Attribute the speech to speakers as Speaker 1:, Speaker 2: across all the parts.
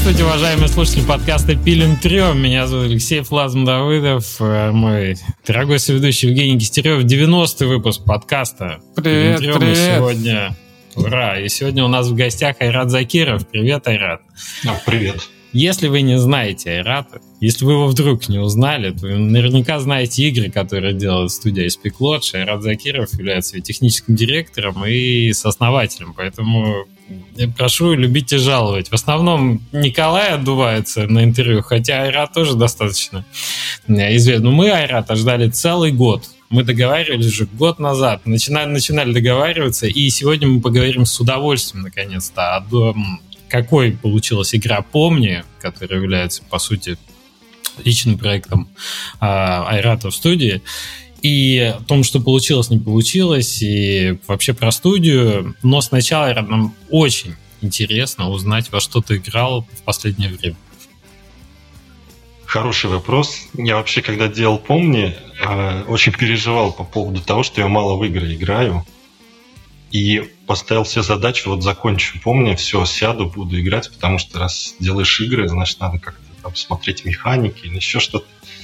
Speaker 1: Здравствуйте, уважаемые слушатели подкаста «Пилим трем». Меня зовут Алексей Флазм Давыдов, мой дорогой соведущий Евгений Кистерев. 90-й выпуск подкаста «Пилим трем».
Speaker 2: Привет.
Speaker 1: Сегодня, ура! И сегодня у нас в гостях Айрат Закиров. Привет, Айрат.
Speaker 3: Привет.
Speaker 1: Если вы не знаете Айрата, если вы его вдруг не узнали, то вы наверняка знаете игры, которые делает студия SP Lodge. Айрат Закиров является ее техническим директором и сооснователем, поэтому я прошу любить и жаловать. В основном Николай отдувается на интервью, хотя Айрат тоже достаточно известен. Но мы Айрата ждали целый год. Мы договаривались уже год назад, начинали договариваться, и сегодня мы поговорим с удовольствием, наконец-то, о том, какой получилась игра «Помни», которая является, по сути, личным проектом Айрата в студии, и о том, что получилось, не получилось, и вообще про студию. Но сначала, Айрат, нам очень интересно узнать, во что ты играл в последнее время.
Speaker 3: Хороший вопрос. Я вообще, когда делал «Помни», очень переживал по поводу того, что я мало в игры играю. И поставил себе задачу, вот закончу «Помни», все, сяду, буду играть, потому что раз делаешь игры, значит, надо как-то там смотреть механики или еще что-то.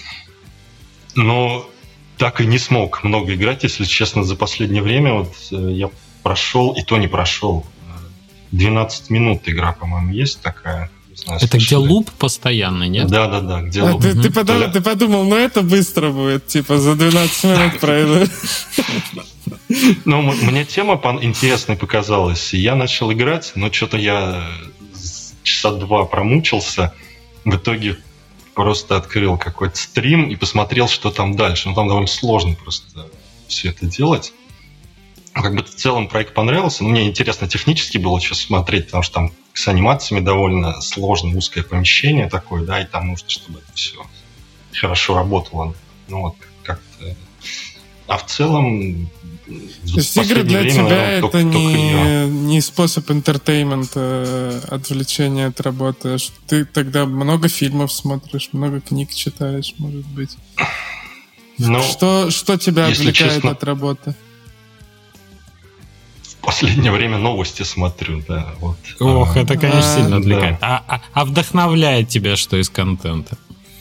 Speaker 3: Но так и не смог много играть, если честно, за последнее время. Вот я прошел, и то не прошел. 12 минут игра, по-моему, есть такая. Знаю,
Speaker 1: это где луп постоянный, нет?
Speaker 3: Да, где луп.
Speaker 2: Ты подумал, это быстро будет, типа за 12 минут пройду.
Speaker 3: Ну, мне тема интересной показалась, и я начал играть, но что-то я часа 2 промучился, в итоге просто открыл какой-то стрим и посмотрел, что там дальше. Ну, там довольно сложно просто все это делать. Как бы в целом проект понравился, но мне интересно технически было сейчас смотреть, потому что там с анимациями довольно сложное узкое помещение такое, да, и там нужно, чтобы это все хорошо работало. Ну вот как-то. А в целом,
Speaker 2: то есть игры для тебя это не способ интертеймента, отвлечения от работы. Ты тогда много фильмов смотришь, много книг читаешь, может быть.
Speaker 3: Ну,
Speaker 2: что тебя отвлекает от работы?
Speaker 3: В последнее время новости смотрю, да. Вот.
Speaker 1: Ох, это, конечно, сильно отвлекает. Да. А вдохновляет тебя что из контента?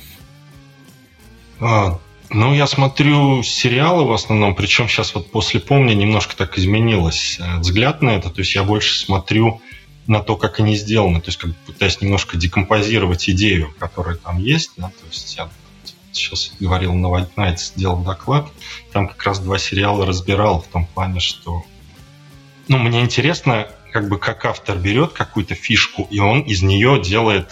Speaker 3: Ну, я смотрю сериалы в основном, причем сейчас вот после «Помни» немножко так изменилось взгляд на это, то есть я больше смотрю на то, как они сделаны, то есть как бы пытаюсь немножко декомпозировать идею, которая там есть, да, то есть я сейчас говорил на White Nights, делал доклад, там как раз 2 сериала разбирал в том плане, что мне интересно, как бы как автор берет какую-то фишку, и он из нее делает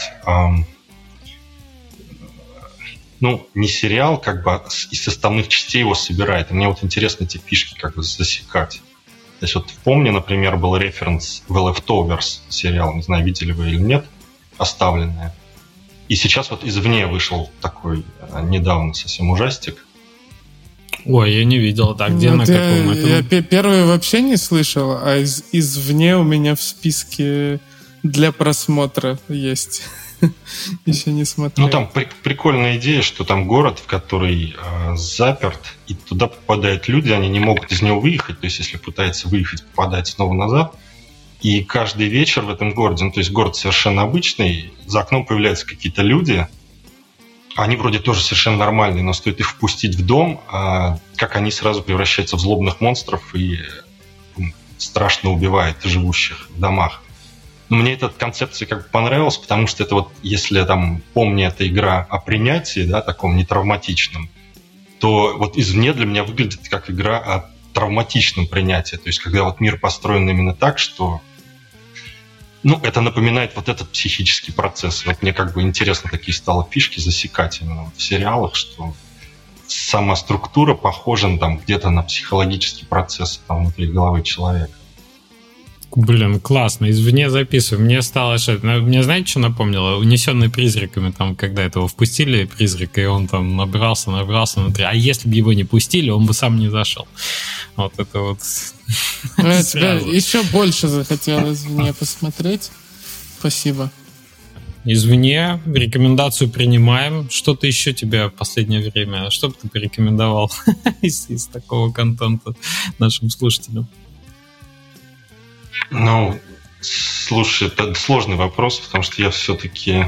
Speaker 3: не сериал, как бы из составных частей его собирает. И мне вот интересно эти фишки как бы засекать. То есть вот в «Помни», например, был референс в Leftovers сериал, не знаю, видели вы или нет, оставленное. И сейчас вот извне вышел такой недавно совсем ужастик.
Speaker 1: Ой, я не видел. Так, где на каком этом?
Speaker 2: Я первый вообще не слышал, а извне у меня в списке для просмотра есть. Еще не смотрел.
Speaker 3: Ну, там прикольная идея, что там город, в который заперт, и туда попадают люди, они не могут из него выехать, то есть если пытаются выехать, попадают снова назад. И каждый вечер в этом городе, то есть город совершенно обычный, за окном появляются какие-то люди, они вроде тоже совершенно нормальные, но стоит их впустить в дом, как они сразу превращаются в злобных монстров и страшно убивают живущих в домах. Мне эта концепция как бы понравилась, потому что это вот, если там «Помни», это игра о принятии, да, таком нетравматичном, то вот извне для меня выглядит как игра о травматичном принятии. То есть, когда вот мир построен именно так, что это напоминает вот этот психический процесс. Вот мне как бы интересно такие стало фишки засекать именно в сериалах, что сама структура похожа там где-то на психологический процесс там внутри головы человека.
Speaker 1: Блин, классно, извне записываю. Мне стало мне знаете, что напомнило? «Унесенный призраками», там, когда этого впустили призрака, и он там набрался внутри. А если бы его не пустили, он бы сам не зашел. Вот это вот.
Speaker 2: Тебя еще больше захотелось мне посмотреть. Спасибо.
Speaker 1: Извне, рекомендацию принимаем. Что-то еще тебе в последнее время? Что бы ты порекомендовал из такого контента нашим слушателям?
Speaker 3: Слушай, это сложный вопрос, потому что я все-таки...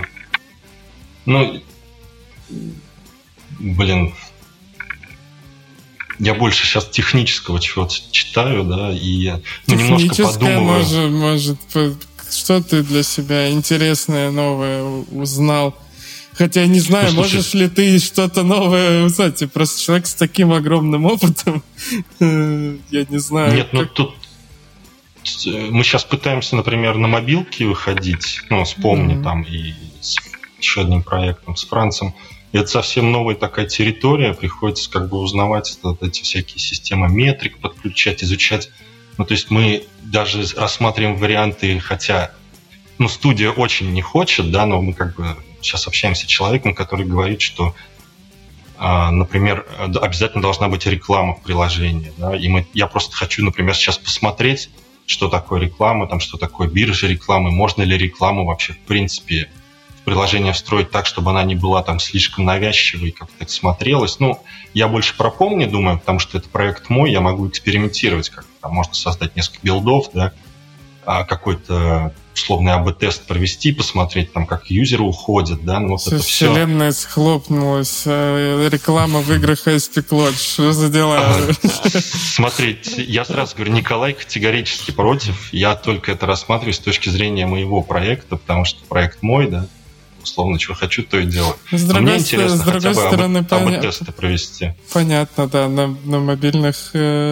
Speaker 3: Я больше сейчас технического чего-то читаю, да, и немножко подумываю.
Speaker 2: Может, что ты для себя интересное, новое узнал? Хотя я не знаю, можешь ли ты что-то новое узнать. Ты просто человек с таким огромным опытом. Я не знаю.
Speaker 3: Нет, тут мы сейчас пытаемся, например, на мобилке выходить, вспомни там и с еще одним проектом, с Францем. И это совсем новая такая территория, приходится как бы узнавать эти всякие системы метрик, подключать, изучать. То есть мы даже рассматриваем варианты, хотя студия очень не хочет, да, но мы как бы сейчас общаемся с человеком, который говорит, что, например, обязательно должна быть реклама в приложении. Да, и я просто хочу, например, сейчас посмотреть, что такое реклама, там, что такое биржа рекламы, можно ли рекламу вообще в принципе в приложение встроить так, чтобы она не была там слишком навязчивой, как-то так смотрелась. Я больше про помню, думаю, потому что это проект мой, я могу экспериментировать как-то. Там можно создать несколько билдов, да, какой-то условный АБ-тест провести, посмотреть, там, как юзеры уходят, да, это все.
Speaker 2: Вселенная схлопнулась, реклама в играх Aspect Lodge, что за дела?
Speaker 3: Смотрите, я сразу говорю, Николай категорически против, я только это рассматриваю с точки зрения моего проекта, потому что проект мой, да, условно, чего хочу, то и делаю.
Speaker 2: Мне
Speaker 3: интересно хотя бы АБ-тесты провести.
Speaker 2: Понятно, да, на мобильных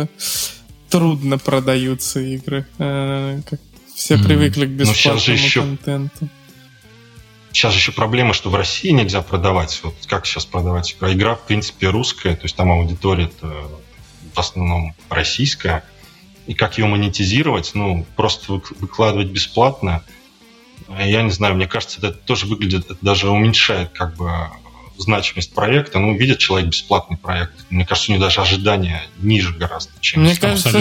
Speaker 2: трудно продаются игры, все привыкли к бесплатному контенту.
Speaker 3: Сейчас же еще проблема, что в России нельзя продавать. Вот как сейчас продавать игру? Игра, в принципе, русская, то есть там аудитория-то в основном российская. И как ее монетизировать? Просто выкладывать бесплатно. Я не знаю, мне кажется, это тоже выглядит, это даже уменьшает как бы значимость проекта. Видит человек бесплатный проект. Мне кажется, у него даже ожидания ниже гораздо, чем...
Speaker 2: Мне кажется,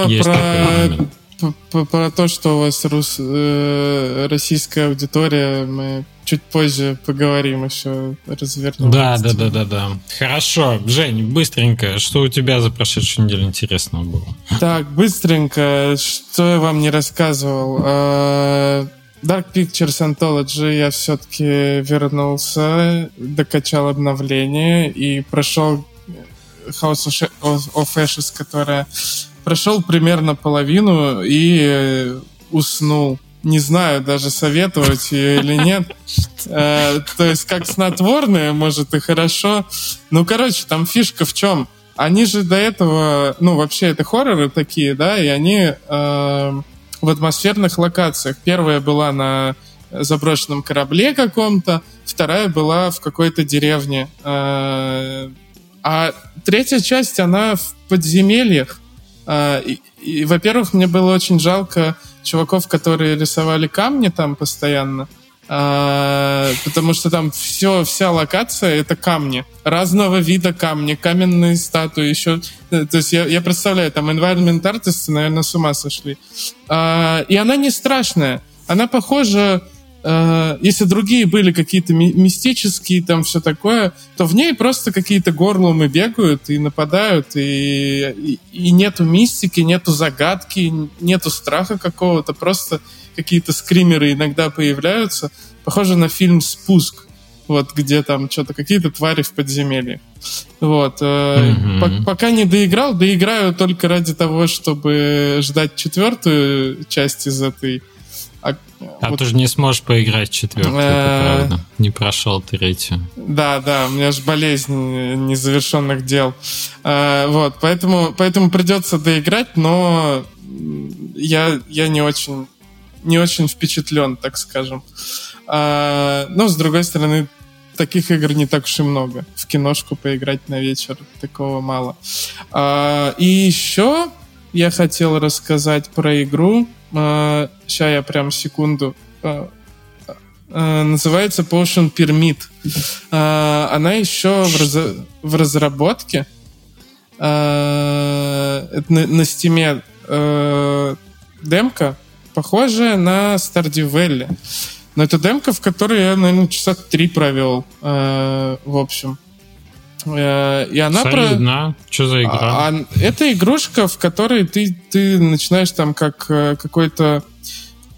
Speaker 2: что про то, что у вас российская аудитория, мы чуть позже поговорим, еще развернем.
Speaker 1: Да. Хорошо. Жень, быстренько, что у тебя за прошедшую неделю интересного было?
Speaker 2: Так, быстренько, что я вам не рассказывал. Dark Pictures Anthology я все-таки вернулся, докачал обновление и прошел House of Ashes, которая прошел примерно половину и уснул. Не знаю, даже советовать ее или нет. То есть как снотворное, может, и хорошо. Там фишка в чем? Они же до этого... вообще это хорроры такие, да, и они в атмосферных локациях. Первая была на заброшенном корабле каком-то, вторая была в какой-то деревне. А третья часть, она в подземельях. И, во-первых, мне было очень жалко чуваков, которые рисовали камни там постоянно, потому что там вся локация — это камни. Разного вида камни, каменные статуи еще. То есть я представляю, там environment артисты, наверное, с ума сошли. И она не страшная. Она похожа... Если другие были какие-то мистические, там все такое, то в ней просто какие-то горлумы бегают и нападают, и нету мистики, нету загадки, нету страха какого-то, просто какие-то скримеры иногда появляются. Похоже на фильм «Спуск», вот где там что-то, какие-то твари в подземелье. Вот. Пока не доиграю только ради того, чтобы ждать 4-ю часть из этой.
Speaker 1: Ты же не сможешь поиграть 4-ю, это правда. Не прошел 3-ю.
Speaker 2: Да, у меня же болезнь незавершенных дел. Вот, поэтому придется доиграть, но я не очень впечатлен, так скажем. Но, с другой стороны, таких игр не так уж и много. В киношку поиграть на вечер такого мало. И еще я хотел рассказать про игру. Сейчас я прям секунду. Называется Potion Pyramid. Она еще в разработке. Это на Steam демка, похожая на Stardew Valley. Но это демка, в которой я, наверное, часа 3 провел. В общем. И она
Speaker 1: солидно. Что за игра?
Speaker 2: Это игрушка, в которой ты начинаешь там как какой-то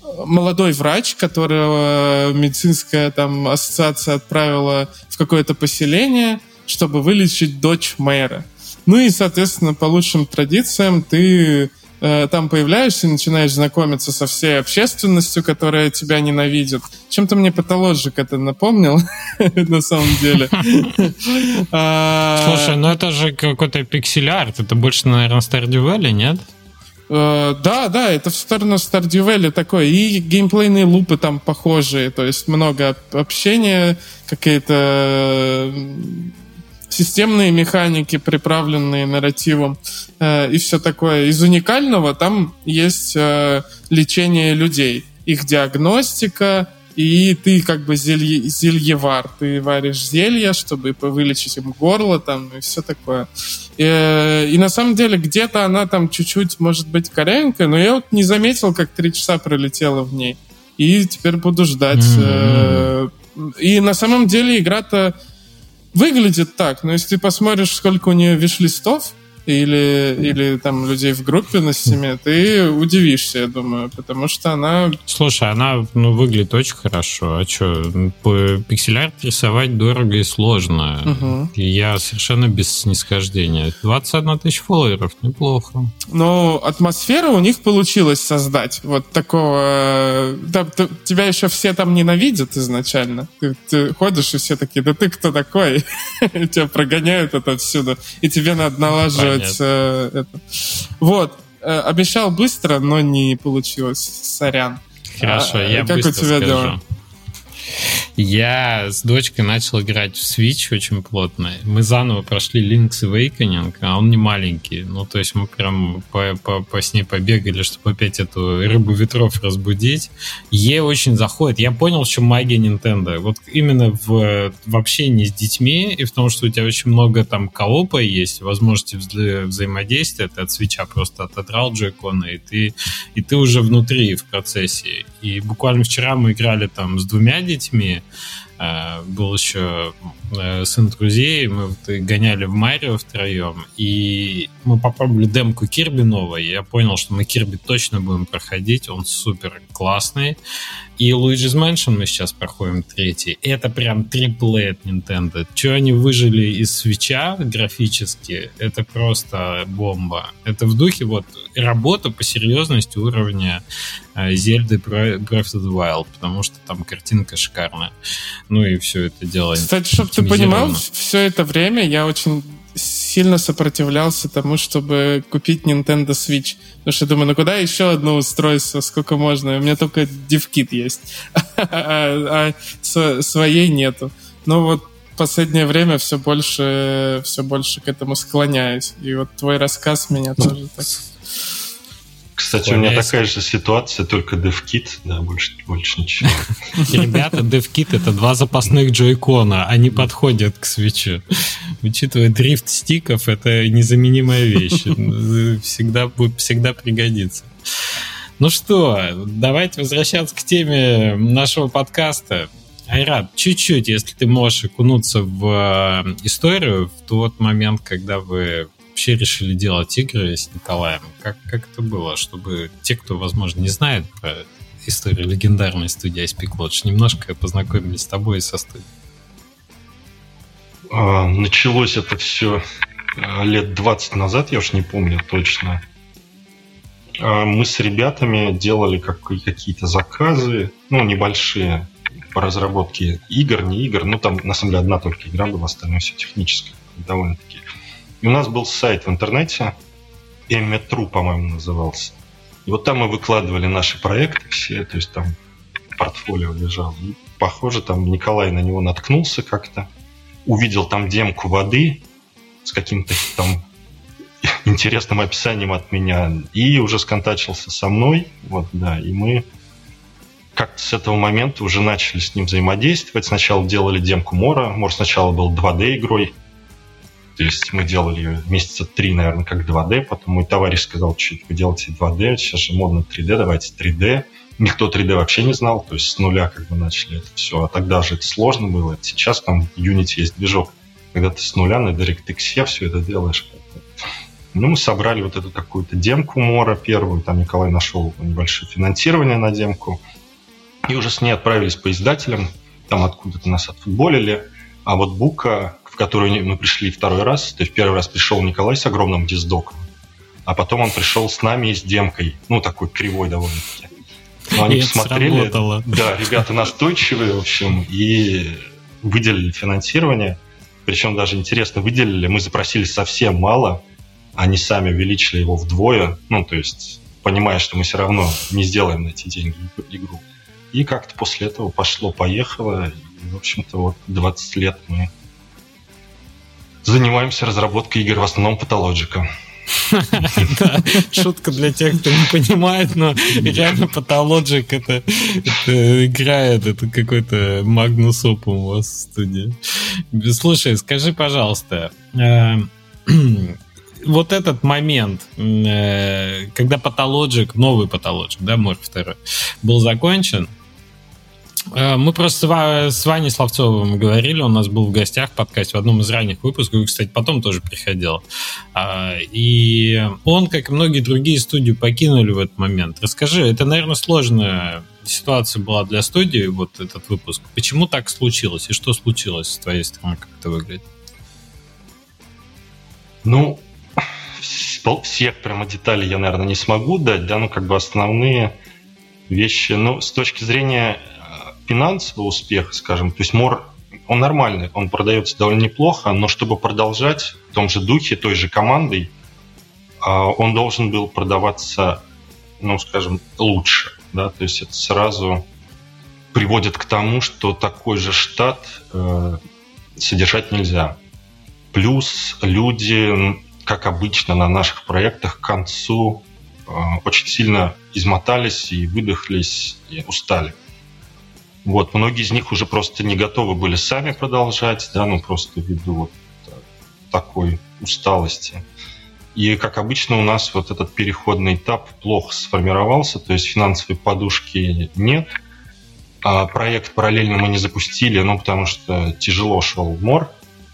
Speaker 2: молодой врач, которого медицинская там ассоциация отправила в какое-то поселение, чтобы вылечить дочь мэра. Ну и, соответственно, по лучшим традициям ты там появляешься и начинаешь знакомиться со всей общественностью, которая тебя ненавидит. Чем-то мне Pathologic это напомнил, на самом деле.
Speaker 1: Слушай, ну это же какой-то пиксель-арт, это больше, наверное, Stardew Valley, нет?
Speaker 2: Да, это в сторону Stardew Valley такое. И геймплейные лупы там похожие, то есть много общения, какие-то системные механики, приправленные нарративом, и все такое. Из уникального там есть лечение людей, их диагностика, и ты как бы зельевар. Ты варишь зелья, чтобы вылечить им горло там, и все такое. И на самом деле где-то она там чуть-чуть, может быть, корявенькая, но я вот не заметил, как 3 часа пролетело в ней. И теперь буду ждать. И на самом деле игра-то выглядит так, но если ты посмотришь, сколько у нее виш-листов или там людей в группе на Steam, ты удивишься, я думаю, потому что она...
Speaker 1: Слушай, она выглядит очень хорошо. А что, пиксель-арт рисовать дорого и сложно. И я совершенно без снисхождения. 21 тысяч фолловеров, неплохо.
Speaker 2: Но атмосферу у них получилось создать. Вот такого... Тебя еще все там ненавидят изначально. Ты ходишь, и все такие, да ты кто такой? Тебя прогоняют отовсюду. И тебе надо налаживать это. Вот. Обещал быстро, но не получилось. Сорян.
Speaker 1: Хорошо, я
Speaker 2: как
Speaker 1: быстро
Speaker 2: у тебя
Speaker 1: скажу.
Speaker 2: дела?
Speaker 1: Я с дочкой начал играть в Switch очень плотно. Мы заново прошли Link's Awakening, а он не маленький. Ну, то есть мы прям с ней побегали, чтобы опять эту рыбу ветров разбудить. Ей очень заходит. Я понял, в чем магия Nintendo. Вот именно в общении с детьми и в том, что у тебя очень много там коопа есть, возможности взаимодействия. Ты от Switch'а просто отодрал джойкона, и ты уже внутри в процессе. И буквально вчера мы играли там с 2 детьми. Был еще сын друзей, мы гоняли в Марио втроем, и мы попробовали демку Кирби новой, и я понял, что мы Кирби точно будем проходить, он супер классный. И Luigi's Mansion мы сейчас проходим 3-й. Это прям AAA от Nintendo. Что они выжили из Свитча графически, это просто бомба. Это в духе вот работа по серьезности уровня Зельды Breath of the Wild, потому что там картинка шикарная. Ну и все это дело.
Speaker 2: Кстати, чтобы ты понимал, все это время я очень сильно сопротивлялся тому, чтобы купить Nintendo Switch. Потому что думаю, куда еще одно устройство, сколько можно? У меня только DivKit есть, а своей нету. Но вот в последнее время все больше к этому склоняюсь. И вот твой рассказ меня тоже так...
Speaker 3: Кстати, у меня такая же ситуация, только DevKit, да, больше ничего.
Speaker 1: Ребята, DevKit — это 2 запасных джойкона, они подходят к свитчу. Учитывая дрифт стиков, это незаменимая вещь. Всегда пригодится. Ну что, давайте возвращаться к теме нашего подкаста. Айрат, чуть-чуть, если ты можешь окунуться в историю в тот момент, когда вы вообще решили делать игры с Николаем. Как это было, чтобы те, кто, возможно, не знает про историю легендарной студии Speak Lodge, немножко познакомились с тобой и со студией?
Speaker 3: Началось это все лет 20 назад, я уж не помню точно. Мы с ребятами делали какие-то заказы, небольшие, по разработке игр, не игр. Там, на самом деле, одна только игра была, остальное все техническое, довольно-таки. И у нас был сайт в интернете, Emmetru, по-моему, назывался. И вот там мы выкладывали наши проекты все, то есть там портфолио лежало. И, похоже, там Николай на него наткнулся как-то, увидел там демку воды с каким-то там интересным описанием от меня, и уже сконтачился со мной. Вот, да, и мы как-то с этого момента уже начали с ним взаимодействовать. Сначала делали демку Мора. Мор сначала был 2D-игрой. То есть мы делали ее месяца 3, наверное, как 2D. Потом мой товарищ сказал, что вы делаете 2D, сейчас же модно 3D, давайте 3D. Никто 3D вообще не знал, то есть с нуля как бы начали это все. А тогда же это сложно было. Сейчас там в Unity есть движок, когда ты с нуля на DirectX все это делаешь. Ну, мы собрали вот эту какую-то демку Мора первую, там Николай нашел небольшое финансирование на демку, и уже с ней отправились по издателям, там откуда-то нас отфутболили, а вот Бука, в которую мы пришли второй раз, то есть первый раз пришел Николай с огромным диздоком, а потом он пришел с нами и с демкой, ну, такой кривой довольно-таки. Но они посмотрели, да, ребята настойчивые, в общем, и выделили финансирование, причем даже интересно выделили, мы запросили совсем мало, они сами увеличили его вдвое, ну, то есть, понимая, что мы все равно не сделаем на эти деньги игру. И как-то после этого пошло-поехало, и, в общем-то, вот 20 лет мы занимаемся разработкой игр, в основном Pathologic.
Speaker 1: Да, шутка для тех, кто не понимает, но реально Pathologic это играет, это какой-то Magnus Opus у вас в студии. Слушай, скажи, пожалуйста, вот этот момент, когда Pathologic, новый Pathologic, да, Мор 2, был закончен, мы просто с Ваней Славцовым говорили, он у нас был в гостях в подкасте в одном из ранних выпусков, и, кстати, потом тоже приходил. И он, как и многие другие студии, покинули в этот момент. Расскажи, это, наверное, сложная ситуация была для студии, вот этот выпуск. Почему так случилось, и что случилось с твоей стороны, как это выглядит?
Speaker 3: Ну, всех прямо деталей я, наверное, не смогу дать, да, ну, как бы основные вещи, ну, с точки зрения финансового успеха, скажем, то есть Мор, он нормальный, он продается довольно неплохо, но чтобы продолжать в том же духе, той же командой, он должен был продаваться, ну, скажем, лучше, да, то есть это сразу приводит к тому, что такой же штат содержать нельзя. Плюс люди, как обычно на наших проектах, к концу очень сильно измотались и выдохлись, и устали. Вот, многие из них уже просто не готовы были сами продолжать, да, ну просто ввиду вот такой усталости. И, как обычно, у нас вот этот переходный этап плохо сформировался, то есть финансовой подушки нет. А проект параллельно мы не запустили, ну, потому что тяжело шел Мор.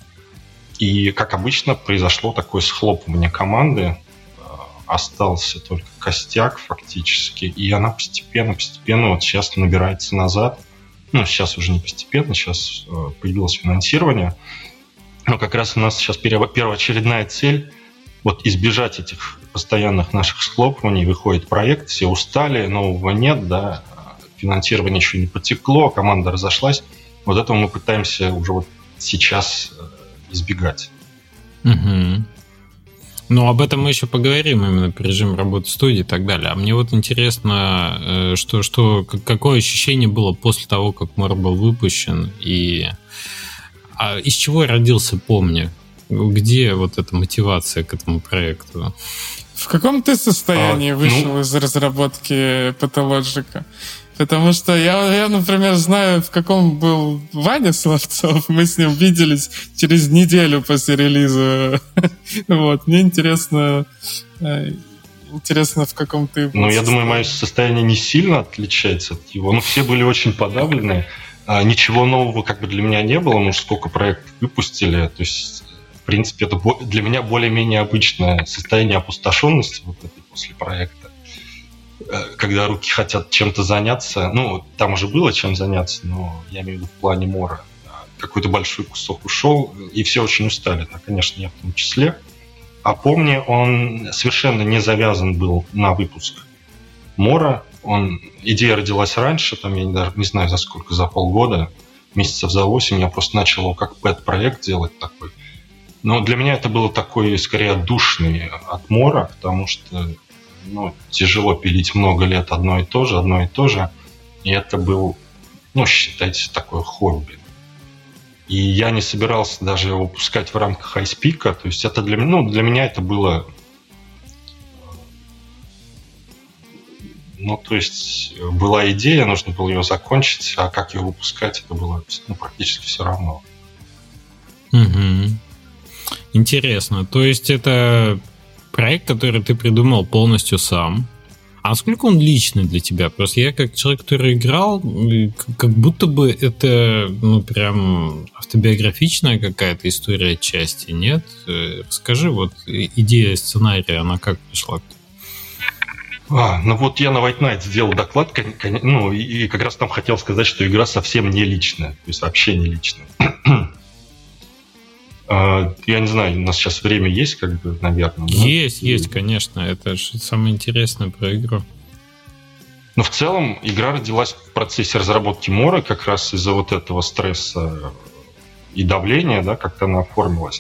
Speaker 3: И, как обычно, произошло такое схлопывание команды. Остался только костяк фактически, и она постепенно вот сейчас набирается назад. Ну, сейчас уже не постепенно, сейчас появилось финансирование. Но как раз у нас сейчас первоочередная цель вот избежать этих постоянных наших схлопываний. Выходит проект, все устали, нового нет, да, финансирование еще не потекло, команда разошлась. Вот этого мы пытаемся уже вот сейчас избегать.
Speaker 1: Угу. Ну, об этом мы еще поговорим, именно по режиму работы студии и так далее. А мне вот интересно, какое ощущение было после того, как Мор был выпущен, и из чего родился «Помни»? Где вот эта мотивация к этому проекту?
Speaker 2: В каком ты состоянии вышел из разработки Pathologic? Потому что я, например, знаю, в каком был Ваня Славцов. Мы с ним виделись через неделю после релиза. Вот. Мне интересно, в каком ты был.
Speaker 3: Ну, я думаю, мое состояние не сильно отличается от его. Ну, все были очень подавлены. Ничего нового как бы для меня не было. Ну, сколько проектов выпустили. То есть, в принципе, это для меня более-менее обычное состояние опустошенности вот этой после проекта. Когда руки хотят чем-то заняться, ну, там уже было чем заняться, но я имею в виду в плане Мора. Какой-то большой кусок ушел, и все очень устали, да, конечно, я в том числе. А «Помни», он совершенно не завязан был на выпуск Мора. Идея родилась раньше, там, я даже не знаю за сколько, за полгода, месяцев за 8, я просто начал его как пэт-проект делать такой. Но для меня это было такой, скорее, отдушный от Мора, потому что тяжело пилить много лет одно и то же. И это был, считайте, такое хобби. И я не собирался даже его выпускать в рамках Айспика. То есть это для меня это было... была идея, нужно было ее закончить, а как ее выпускать, это было практически все равно.
Speaker 1: Угу. Интересно. То есть это... проект, который ты придумал полностью сам. А насколько он личный для тебя? Просто я как человек, который играл, как будто бы это, прям автобиографичная какая-то история отчасти, нет? Расскажи, вот идея сценария, она как пришла?
Speaker 3: Вот я на White Knight сделал доклад, и как раз там хотел сказать, что игра совсем не личная, то есть вообще не личная. Я не знаю, у нас сейчас время есть, наверное.
Speaker 1: Есть, конечно. Это же самое интересное про игру.
Speaker 3: Но в целом игра родилась в процессе разработки Мора как раз из-за вот этого стресса и давления, да, как-то она оформилась.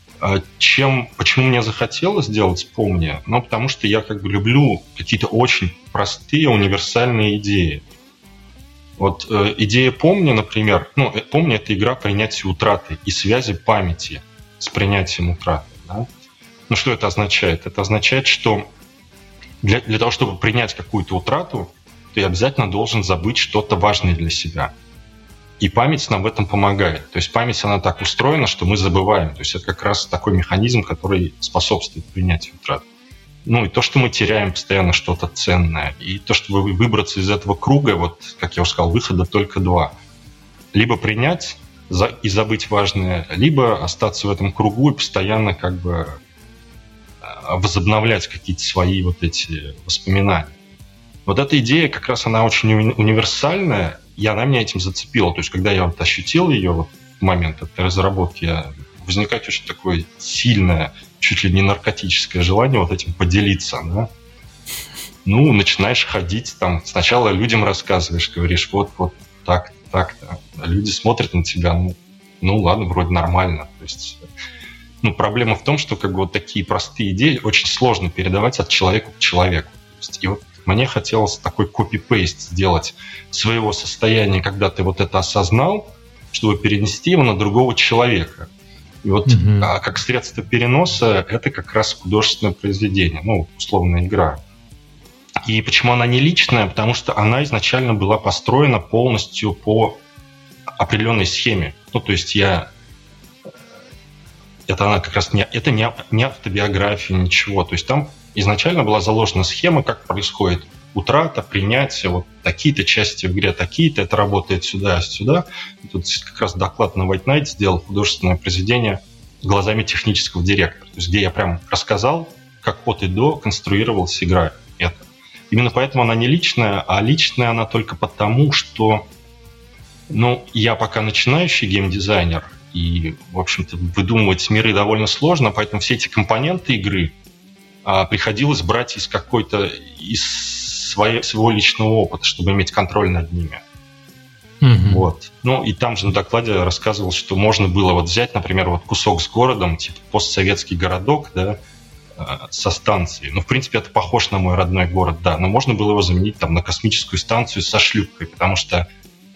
Speaker 3: Почему мне захотелось сделать «Помни»? Потому что я люблю какие-то очень простые, универсальные идеи. Вот идея «Помни», например, «Помни» — это игра принятия утраты и связи памяти с принятием утраты. Да? Что это означает? Это означает, что для того, чтобы принять какую-то утрату, ты обязательно должен забыть что-то важное для себя. И память нам в этом помогает. То есть память, она так устроена, что мы забываем. То есть это как раз такой механизм, который способствует принятию утраты. И то, что мы теряем постоянно что-то ценное, и то, чтобы выбраться из этого круга, вот, как я уже сказал, выхода только два. Либо принять и забыть важное, либо остаться в этом кругу и постоянно возобновлять какие-то свои вот эти воспоминания. Вот эта идея как раз она очень универсальная, и она меня этим зацепила. То есть когда я ощутил ее в момент этой разработки, возникает очень такое сильное, чуть ли не наркотическое желание вот этим поделиться, да? Начинаешь ходить, сначала людям рассказываешь, говоришь, вот так-то. Люди смотрят на тебя, ладно, вроде нормально. То есть, проблема в том, что вот такие простые идеи очень сложно передавать от человека к человеку. То есть, и вот мне хотелось такой копи-пейст сделать своего состояния, когда ты вот это осознал, чтобы перенести его на другого человека. И вот как средство переноса это как раз художественное произведение, условная игра. И почему она не личная? Потому что она изначально была построена полностью по определенной схеме. То есть это она как раз не автобиография, ничего. То есть там изначально была заложена схема, как происходит утрата, принятие, вот такие-то части в игре, такие-то, это работает сюда. Тут как раз доклад на White Knight сделал художественное произведение глазами технического директора, то есть где я прям рассказал, как от и до конструировалась игра. Именно поэтому она не личная, а личная она только потому, что я пока начинающий геймдизайнер, и, в общем-то, выдумывать миры довольно сложно, поэтому все эти компоненты игры приходилось брать из своего личного опыта, чтобы иметь контроль над ними. Вот. И там же на докладе рассказывал, что можно было взять, например, кусок с городом, типа постсоветский городок, да, со станцией. В принципе, это похож на мой родной город, да, но можно было его заменить на космическую станцию со шлюпкой, потому что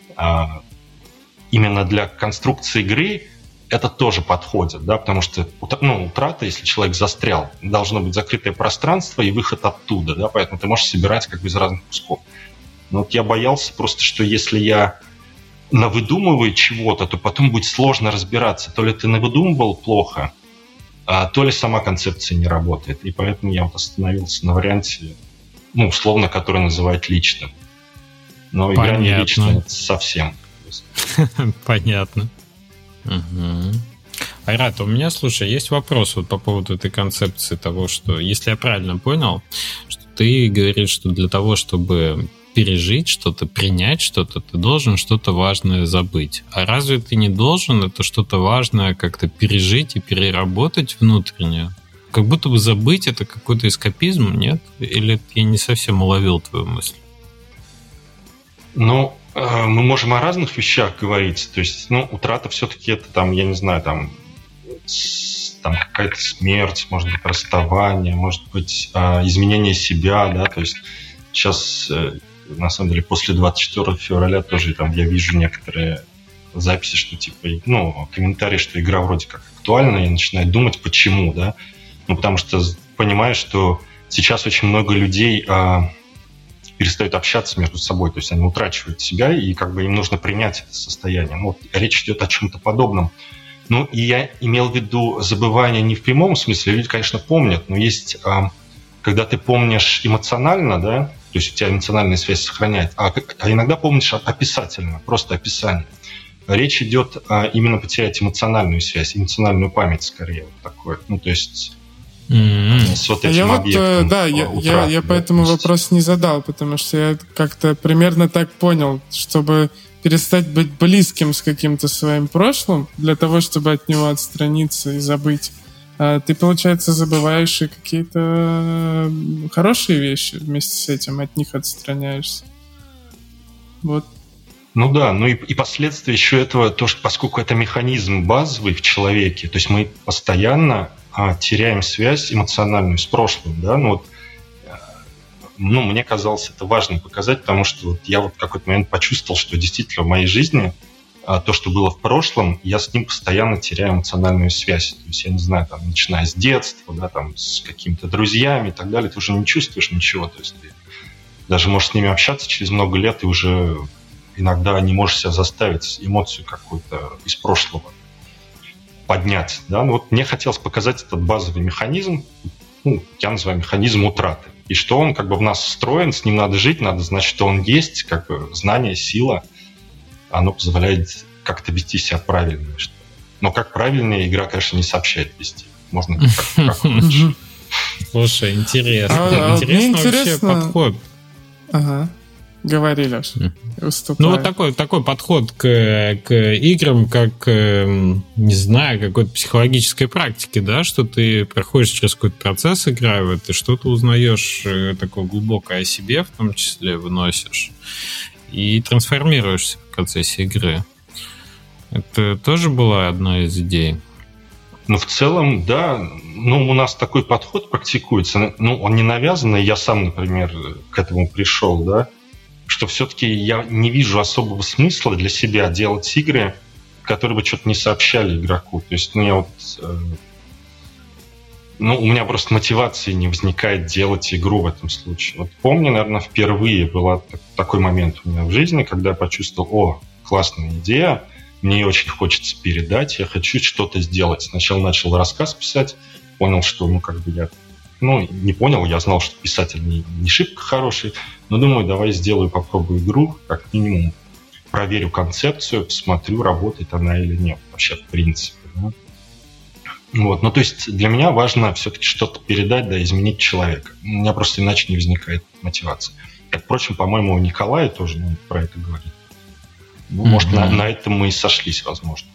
Speaker 3: именно для конструкции игры это тоже подходит, да, потому что утрата, если человек застрял, должно быть закрытое пространство и выход оттуда, да, поэтому ты можешь собирать из разных кусков. Но я боялся просто, что если я навыдумываю чего-то, то потом будет сложно разбираться, то ли ты навыдумывал плохо, то ли сама концепция не работает. И поэтому я остановился на варианте, условно, который называют личным. Но игра не личная совсем.
Speaker 1: Понятно. Айрат, у меня, слушай, есть вопрос по поводу этой концепции того, что, если я правильно понял, что ты говоришь, что для того, чтобы пережить что-то, принять что-то, ты должен что-то важное забыть. А разве ты не должен это что-то важное как-то пережить и переработать внутренне? Как будто бы забыть это какой-то эскапизм, нет? Или я не совсем уловил твою мысль?
Speaker 3: Мы можем о разных вещах говорить. То есть, утрата все-таки это я не знаю, какая-то смерть, может быть, расставание, может быть, изменение себя, да, то есть сейчас, на самом деле, после 24 февраля тоже я вижу некоторые записи, что комментарии, что игра вроде как актуальна, и начинаю думать, почему, да, потому что понимаю, что сейчас очень много людей перестают общаться между собой, то есть они утрачивают себя, и им нужно принять это состояние. Речь идет о чем-то подобном. И я имел в виду забывание не в прямом смысле, люди, конечно, помнят, но есть когда ты помнишь эмоционально, да, то есть у тебя эмоциональная связь сохраняет, а иногда помнишь описательно, просто описание. Речь идет именно потерять эмоциональную связь, эмоциональную память скорее. Вот такое. Ну, то есть с вот этим объектом.
Speaker 2: Да, я поэтому вопрос не задал, потому что я как-то примерно так понял, чтобы перестать быть близким с каким-то своим прошлым, для того, чтобы от него отстраниться и забыть. Ты, получается, забываешь и какие-то хорошие вещи вместе с этим, от них отстраняешься. Вот.
Speaker 3: Ну да, ну и последствия еще этого, то, что поскольку это механизм базовый в человеке, то есть мы постоянно теряем связь эмоциональную с прошлым, да, мне казалось это важно показать, потому что вот я вот в какой-то момент почувствовал, что действительно в моей жизни то, что было в прошлом, я с ним постоянно теряю эмоциональную связь. То есть, я не знаю, там, начиная с детства, да, там, с какими-то друзьями и так далее, ты уже не чувствуешь ничего. То есть ты даже можешь с ними общаться через много лет, и уже иногда не можешь себя заставить эмоцию какую-то из прошлого поднять. Да? Ну, вот мне хотелось показать этот базовый механизм, я называю механизм утраты. И что он как бы в нас встроен, с ним надо жить, надо знать, что он есть, как бы знание, сила. Оно позволяет как-то вести себя правильно. Но как правильно, игра, конечно, не сообщает вести. Можно как хочешь.
Speaker 1: Слушай, интересно. Интересно вообще подход.
Speaker 2: Ага. Говори, Леш.
Speaker 1: Ну, вот такой подход к играм, как, не знаю, какой-то психологической практики, да, что ты проходишь через какой-то процесс, играя в это, что-то узнаешь такое глубокое о себе, в том числе выносишь, и трансформируешься в процессе игры. Это тоже была одна из идей?
Speaker 3: Ну, в целом, да. Ну, у нас такой подход практикуется. Ну, он не навязанный. Я сам, например, к этому пришел, да. Что все-таки я не вижу особого смысла для себя делать игры, которые бы что-то не сообщали игроку. То есть, у меня просто мотивации не возникает делать игру в этом случае. Вот помню, наверное, впервые был такой момент у меня в жизни, когда я почувствовал, классная идея, мне ее очень хочется передать, я хочу что-то сделать. Сначала начал рассказ писать, понял, что, я не понял, я знал, что писатель не шибко хороший, но думаю, давай попробую игру, как минимум проверю концепцию, посмотрю, работает она или нет, вообще в принципе. Да? Вот. То есть для меня важно все-таки что-то передать, да, изменить человека. У меня просто иначе не возникает мотивации. Как, впрочем, по-моему, у Николая тоже про это говорит. Может, на этом мы и сошлись, возможно.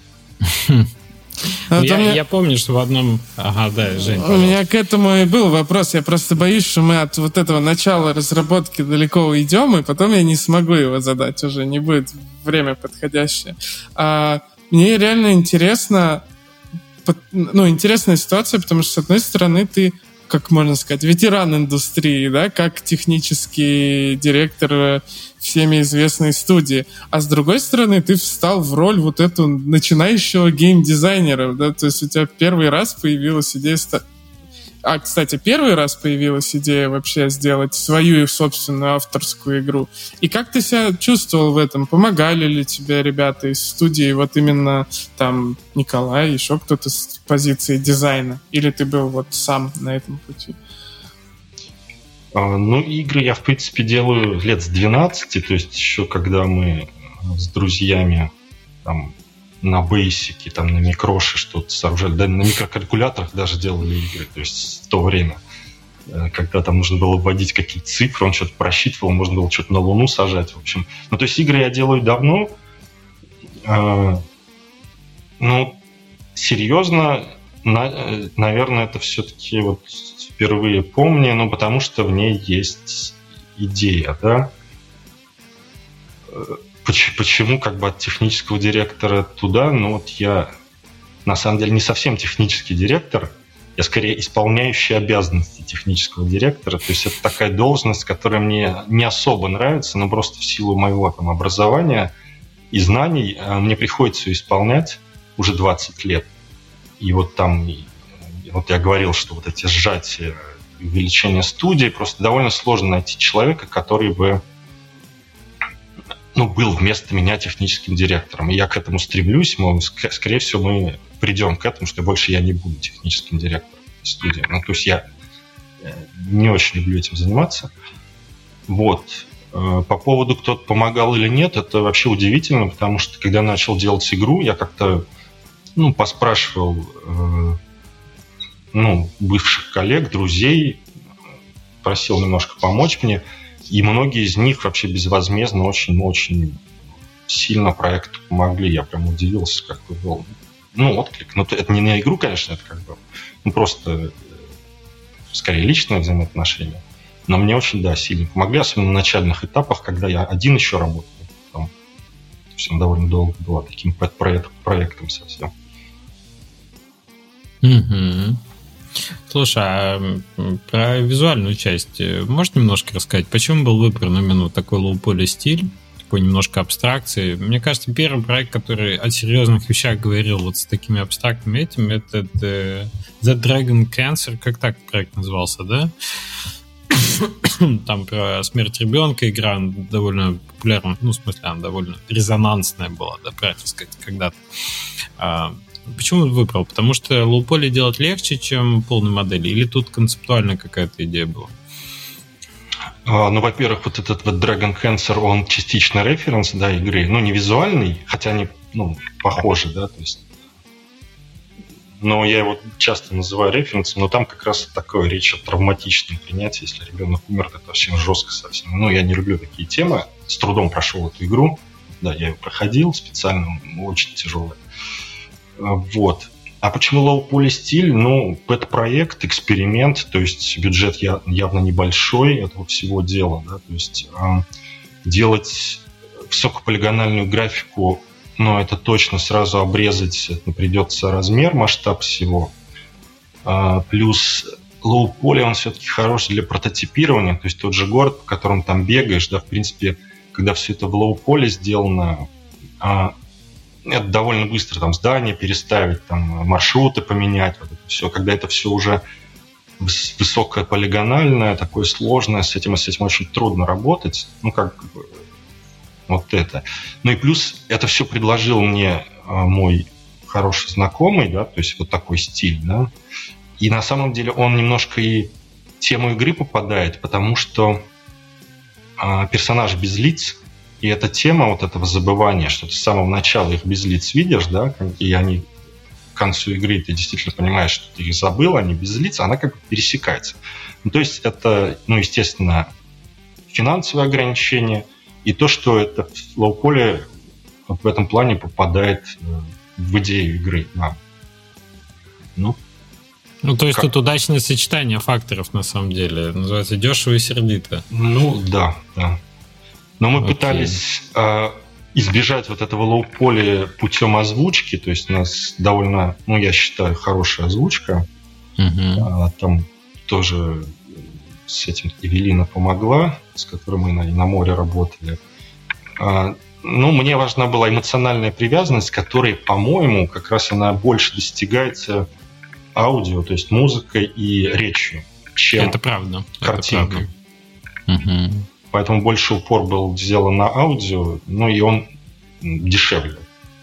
Speaker 1: Я помню, что в одном... Ага, да, Жень,
Speaker 2: у меня к этому и был вопрос. Я просто боюсь, что мы от вот этого начала разработки далеко уйдем, и потом я не смогу его задать уже, не будет время подходящее. Мне реально интересно... интересная ситуация, потому что, с одной стороны, ты, как можно сказать, ветеран индустрии, да, как технический директор всеми известной студии. А с другой стороны, ты встал в роль вот эту начинающего геймдизайнера, да, то есть у тебя первый раз появилась идея... кстати, первый раз появилась идея вообще сделать свою собственную авторскую игру. И как ты себя чувствовал в этом? Помогали ли тебе ребята из студии, вот именно там Николай, еще кто-то с позиции дизайна? Или ты был вот сам на этом пути?
Speaker 3: Игры я, в принципе, делаю лет с 12, то есть еще когда мы с друзьями там на бейсике, там на микроше что-то сооружали, да, на микрокалькуляторах даже делали игры, то есть в то время, когда там нужно было вводить какие-то цифры, он что-то просчитывал, можно было что-то на Луну сажать, в общем. То есть игры я делаю давно. Серьезно, наверное, это все-таки вот впервые помню, потому что в ней есть идея, да. Почему от технического директора туда? Я на самом деле не совсем технический директор, я скорее исполняющий обязанности технического директора. То есть это такая должность, которая мне не особо нравится, но просто в силу моего образования и знаний мне приходится ее исполнять уже 20 лет. И я говорил, что вот эти сжатия и увеличение студии, просто довольно сложно найти человека, который бы был вместо меня техническим директором. И я к этому стремлюсь. Скорее всего, мы придем к этому, что больше я не буду техническим директором студии. То есть не очень люблю этим заниматься. Вот. По поводу, кто-то помогал или нет, это вообще удивительно, потому что, когда я начал делать игру, я как-то поспрашивал бывших коллег, друзей, просил немножко помочь мне, и многие из них вообще безвозмездно очень-очень сильно проекту помогли. Я прям удивился, какой был отклик. Но это не на игру, конечно, это как бы просто скорее личное взаимоотношение. Но мне очень, сильно помогли, особенно на начальных этапах, когда я один еще работал. Там, все довольно долго было таким проектом совсем.
Speaker 1: Mm-hmm. Слушай, а про визуальную часть можешь немножко рассказать? Почему был выбран именно такой low-poly стиль, такой немножко абстракции? Мне кажется, первый проект, который о серьезных вещах говорил вот с такими абстрактными этим, это The Dragon Cancer, как так проект назывался, да? Там про смерть ребенка игра довольно популярная, в смысле, она довольно резонансная была, да, правильно сказать, когда-то. Почему выбрал? Потому что low-poly делать легче, чем полной модели? Или тут концептуальная какая-то идея была?
Speaker 3: Во-первых, вот этот вот Dragon Cancer, он частично референс, игры. Не визуальный, хотя они, похожи, то есть. Но я его часто называю референсом, но там как раз такое речь о травматичном принятии. Если ребенок умер, это вообще жестко совсем. Я не люблю такие темы. С трудом прошел эту игру. Да, я ее проходил специально, очень тяжелая. Вот. А почему low-poly стиль? Это проект, эксперимент, то есть бюджет явно небольшой этого всего дела, да, то есть делать высокополигональную графику, это точно сразу обрезать придется размер, масштаб всего. Плюс low-poly, он все-таки хорош для прототипирования, то есть тот же город, по которому там бегаешь, в принципе, когда все это в low-poly сделано, это довольно быстро, здания переставить, маршруты поменять, вот это все. Когда это все уже высокополигональное, такое сложное, с этим очень трудно работать. Вот это. И плюс это все предложил мне мой хороший знакомый, да, то есть вот такой стиль, да. И на самом деле он немножко и в тему игры попадает, потому что персонаж без лиц. И эта тема вот этого забывания, что ты с самого начала их без лиц видишь, да, и они к концу игры, ты действительно понимаешь, что ты их забыл, они без лиц, она как бы пересекается. То есть это, естественно, финансовые ограничения, и то, что это в low-poly в этом плане попадает в идею игры. Да.
Speaker 1: То есть тут удачное сочетание факторов, на самом деле. Называется дешево и сердито.
Speaker 3: Да. Но мы пытались избежать вот этого low-poly путем озвучки. То есть у нас довольно, я считаю, хорошая озвучка. Там тоже с этим Эвелина помогла, с которой мы на море работали. Мне важна была эмоциональная привязанность, которой, по-моему, как раз она больше достигается аудио, то есть музыкой и речью, чем
Speaker 1: это правда.
Speaker 3: Картинкой. Поэтому больше упор был сделан на аудио, и он дешевле.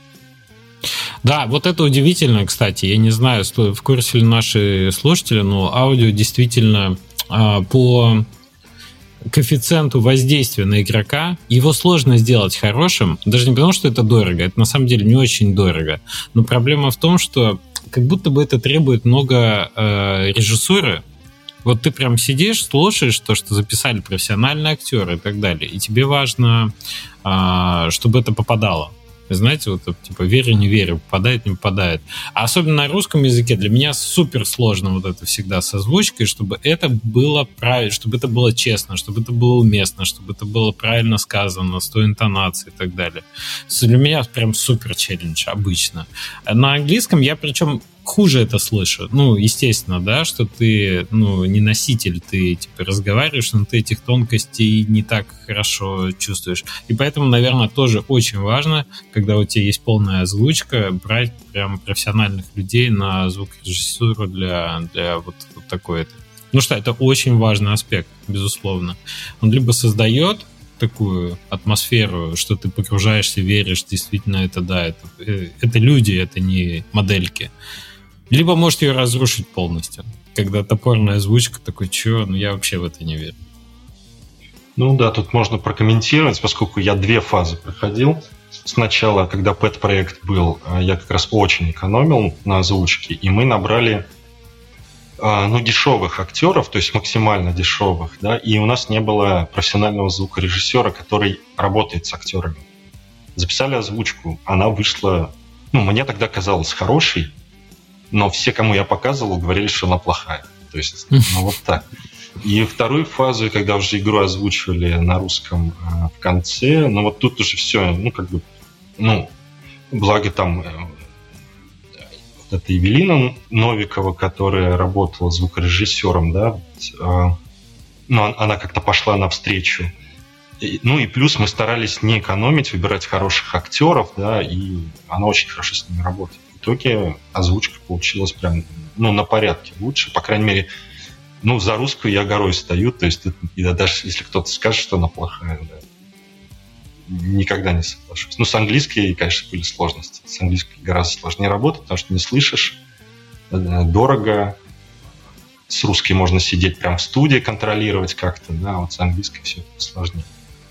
Speaker 1: Да, вот это удивительно, кстати. Я не знаю, в курсе ли наши слушатели, но аудио действительно по коэффициенту воздействия на игрока его сложно сделать хорошим, даже не потому, что это дорого, это на самом деле не очень дорого. Но проблема в том, что как будто бы это требует много режиссуры. Вот ты прям сидишь, слушаешь то, что записали профессиональные актеры и так далее, и тебе важно, чтобы это попадало. Знаете, вот типа верю, не верю, попадает, не попадает. А особенно на русском языке для меня супер сложно вот это всегда с озвучкой, чтобы это было правильно, чтобы это было честно, чтобы это было уместно, чтобы это было правильно сказано, с той интонацией и так далее. Для меня прям супер челлендж обычно. На английском я причем хуже это слышу. Естественно, да, что ты, не носитель, ты типа разговариваешь, но ты этих тонкостей не так хорошо чувствуешь. И поэтому, наверное, тоже очень важно, когда у тебя есть полная озвучка, брать прям профессиональных людей на звукорежиссуру для вот такой. Что это очень важный аспект, безусловно. Он либо создает такую атмосферу, что ты погружаешься, веришь, действительно это, да, это люди, это не модельки. Либо может ее разрушить полностью. Когда топорная озвучка, такой, чё, ну я вообще в это не верю.
Speaker 3: Ну да, тут можно прокомментировать, поскольку я 2 фазы проходил. Сначала, когда пэт-проект был, я как раз очень экономил на озвучке, и мы набрали дешевых актеров, то есть максимально дешевых, да, и у нас не было профессионального звукорежиссера, который работает с актерами. Записали озвучку, она вышла, мне тогда казалось хорошей, но все, кому я показывал, говорили, что она плохая. То есть, вот так. И вторую фазу, когда уже игру озвучивали на русском в конце, вот тут уже все, благо там это Евелина Новикова, которая работала звукорежиссером, да, она как-то пошла навстречу. И плюс мы старались не экономить, выбирать хороших актеров, да, и она очень хорошо с ними работает. В итоге озвучка получилась прям, на порядке лучше, по крайней мере, за русскую я горой стою, то есть даже если кто-то скажет, что она плохая, да, никогда не соглашусь. С английской, конечно, были сложности. С английской гораздо сложнее работать, потому что не слышишь, дорого. С русской можно сидеть прям в студии, контролировать как-то, да, вот с английской все это сложнее.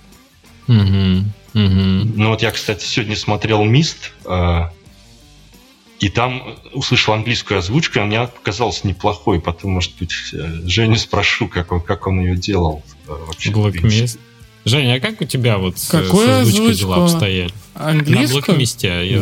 Speaker 3: Я, кстати, сегодня смотрел «Мист», и там услышал английскую озвучку, и она мне показалась неплохой, потом, может быть, Женю спрошу, как он ее делал.
Speaker 1: Black Mist. Женя, а как у тебя вот с озвучкой дела обстояли?
Speaker 2: Английскую?
Speaker 1: На Black Mist.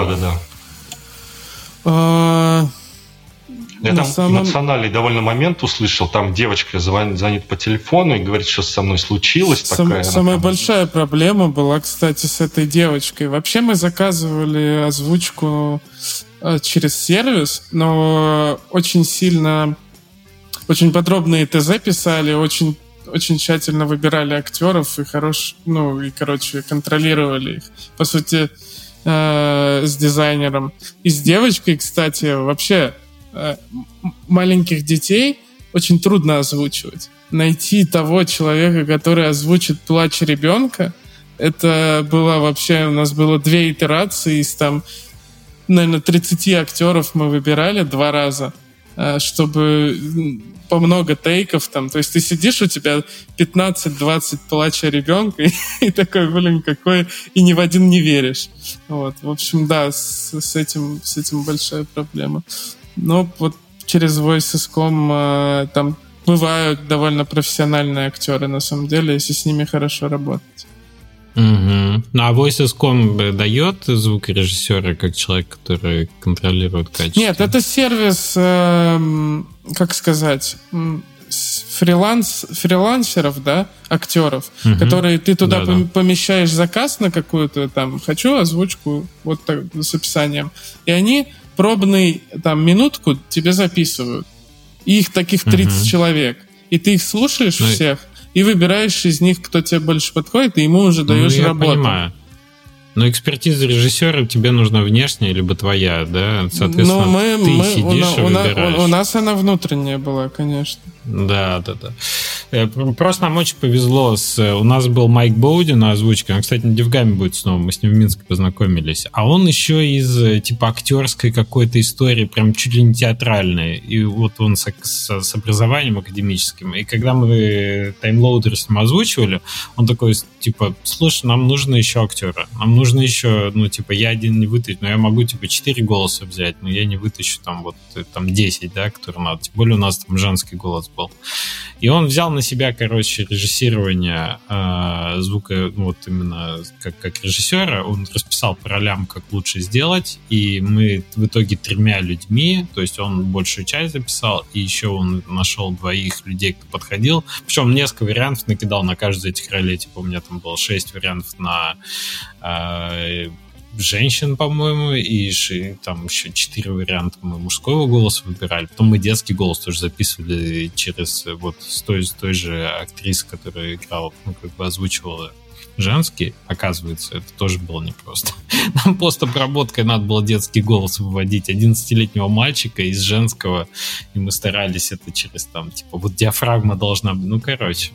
Speaker 3: Да. Я там эмоциональный довольно момент услышал. Там девочка звонит по телефону и говорит, что со мной случилось.
Speaker 2: Самая большая проблема была, кстати, с этой девочкой. Вообще мы заказывали озвучку через сервис, но очень подробные ТЗ писали, очень тщательно выбирали актеров и контролировали их. По сути, с дизайнером. И с девочкой, кстати, вообще маленьких детей очень трудно озвучивать. Найти того человека, который озвучит плач ребенка, это было вообще... У нас было 2 итерации из наверное, 30 актеров мы выбирали 2 раза, чтобы по много тейков там. То есть ты сидишь, у тебя 15-20 плача ребенка, и такой, какой... И ни в один не веришь. Вот. В общем, да, с этим большая проблема. Но вот через VoiceScom там бывают довольно профессиональные актеры, на самом деле, если с ними хорошо работать.
Speaker 1: А VoiceScom дает звукорежиссера как человек, который контролирует качество?
Speaker 2: Нет, это сервис, как сказать, фрилансеров, да, актеров, которые ты туда помещаешь заказ на какую-то хочу озвучку вот так, с описанием, и они пробный минутку тебе записывают. И их таких 30 человек. И ты их слушаешь всех и выбираешь из них, кто тебе больше подходит, и ему уже даешь работу. Я понимаю.
Speaker 1: Но экспертиза режиссера тебе нужна внешняя, либо твоя, да? Соответственно, ты сидишь и выбираешь.
Speaker 2: У нас она внутренняя была, конечно.
Speaker 1: Да. Просто нам очень повезло. У нас был Майк Боуди на озвучке. Он, кстати, на Девгаме будет снова. Мы с ним в Минске познакомились. А он еще из актерской какой-то истории, прям чуть ли не театральной. И вот он с образованием академическим. И когда мы таймлоудер с ним озвучивали, он такой, слушай, нам нужно еще актера. Нам нужно еще, я один не вытащу, но я могу, 4 голоса взять, но я не вытащу 10, да, которые надо. Тем более у нас там женский голос был. И он взял на себя, режиссирование звука, именно как режиссера. Он расписал по ролям, как лучше сделать, и мы в итоге 3 людьми, то есть он большую часть записал, и еще он нашел 2 людей, кто подходил. Причем несколько вариантов накидал на каждую из этих ролей. У меня там было 6 вариантов на женщин, по-моему, и там еще 4 варианта мы мужского голоса выбирали. Потом мы детский голос тоже записывали через с той же актрисой, которая играла, озвучивала женский. Оказывается, это тоже было непросто. Нам постобработкой надо было детский голос выводить 11-летнего мальчика из женского, и мы старались это через диафрагма должна быть.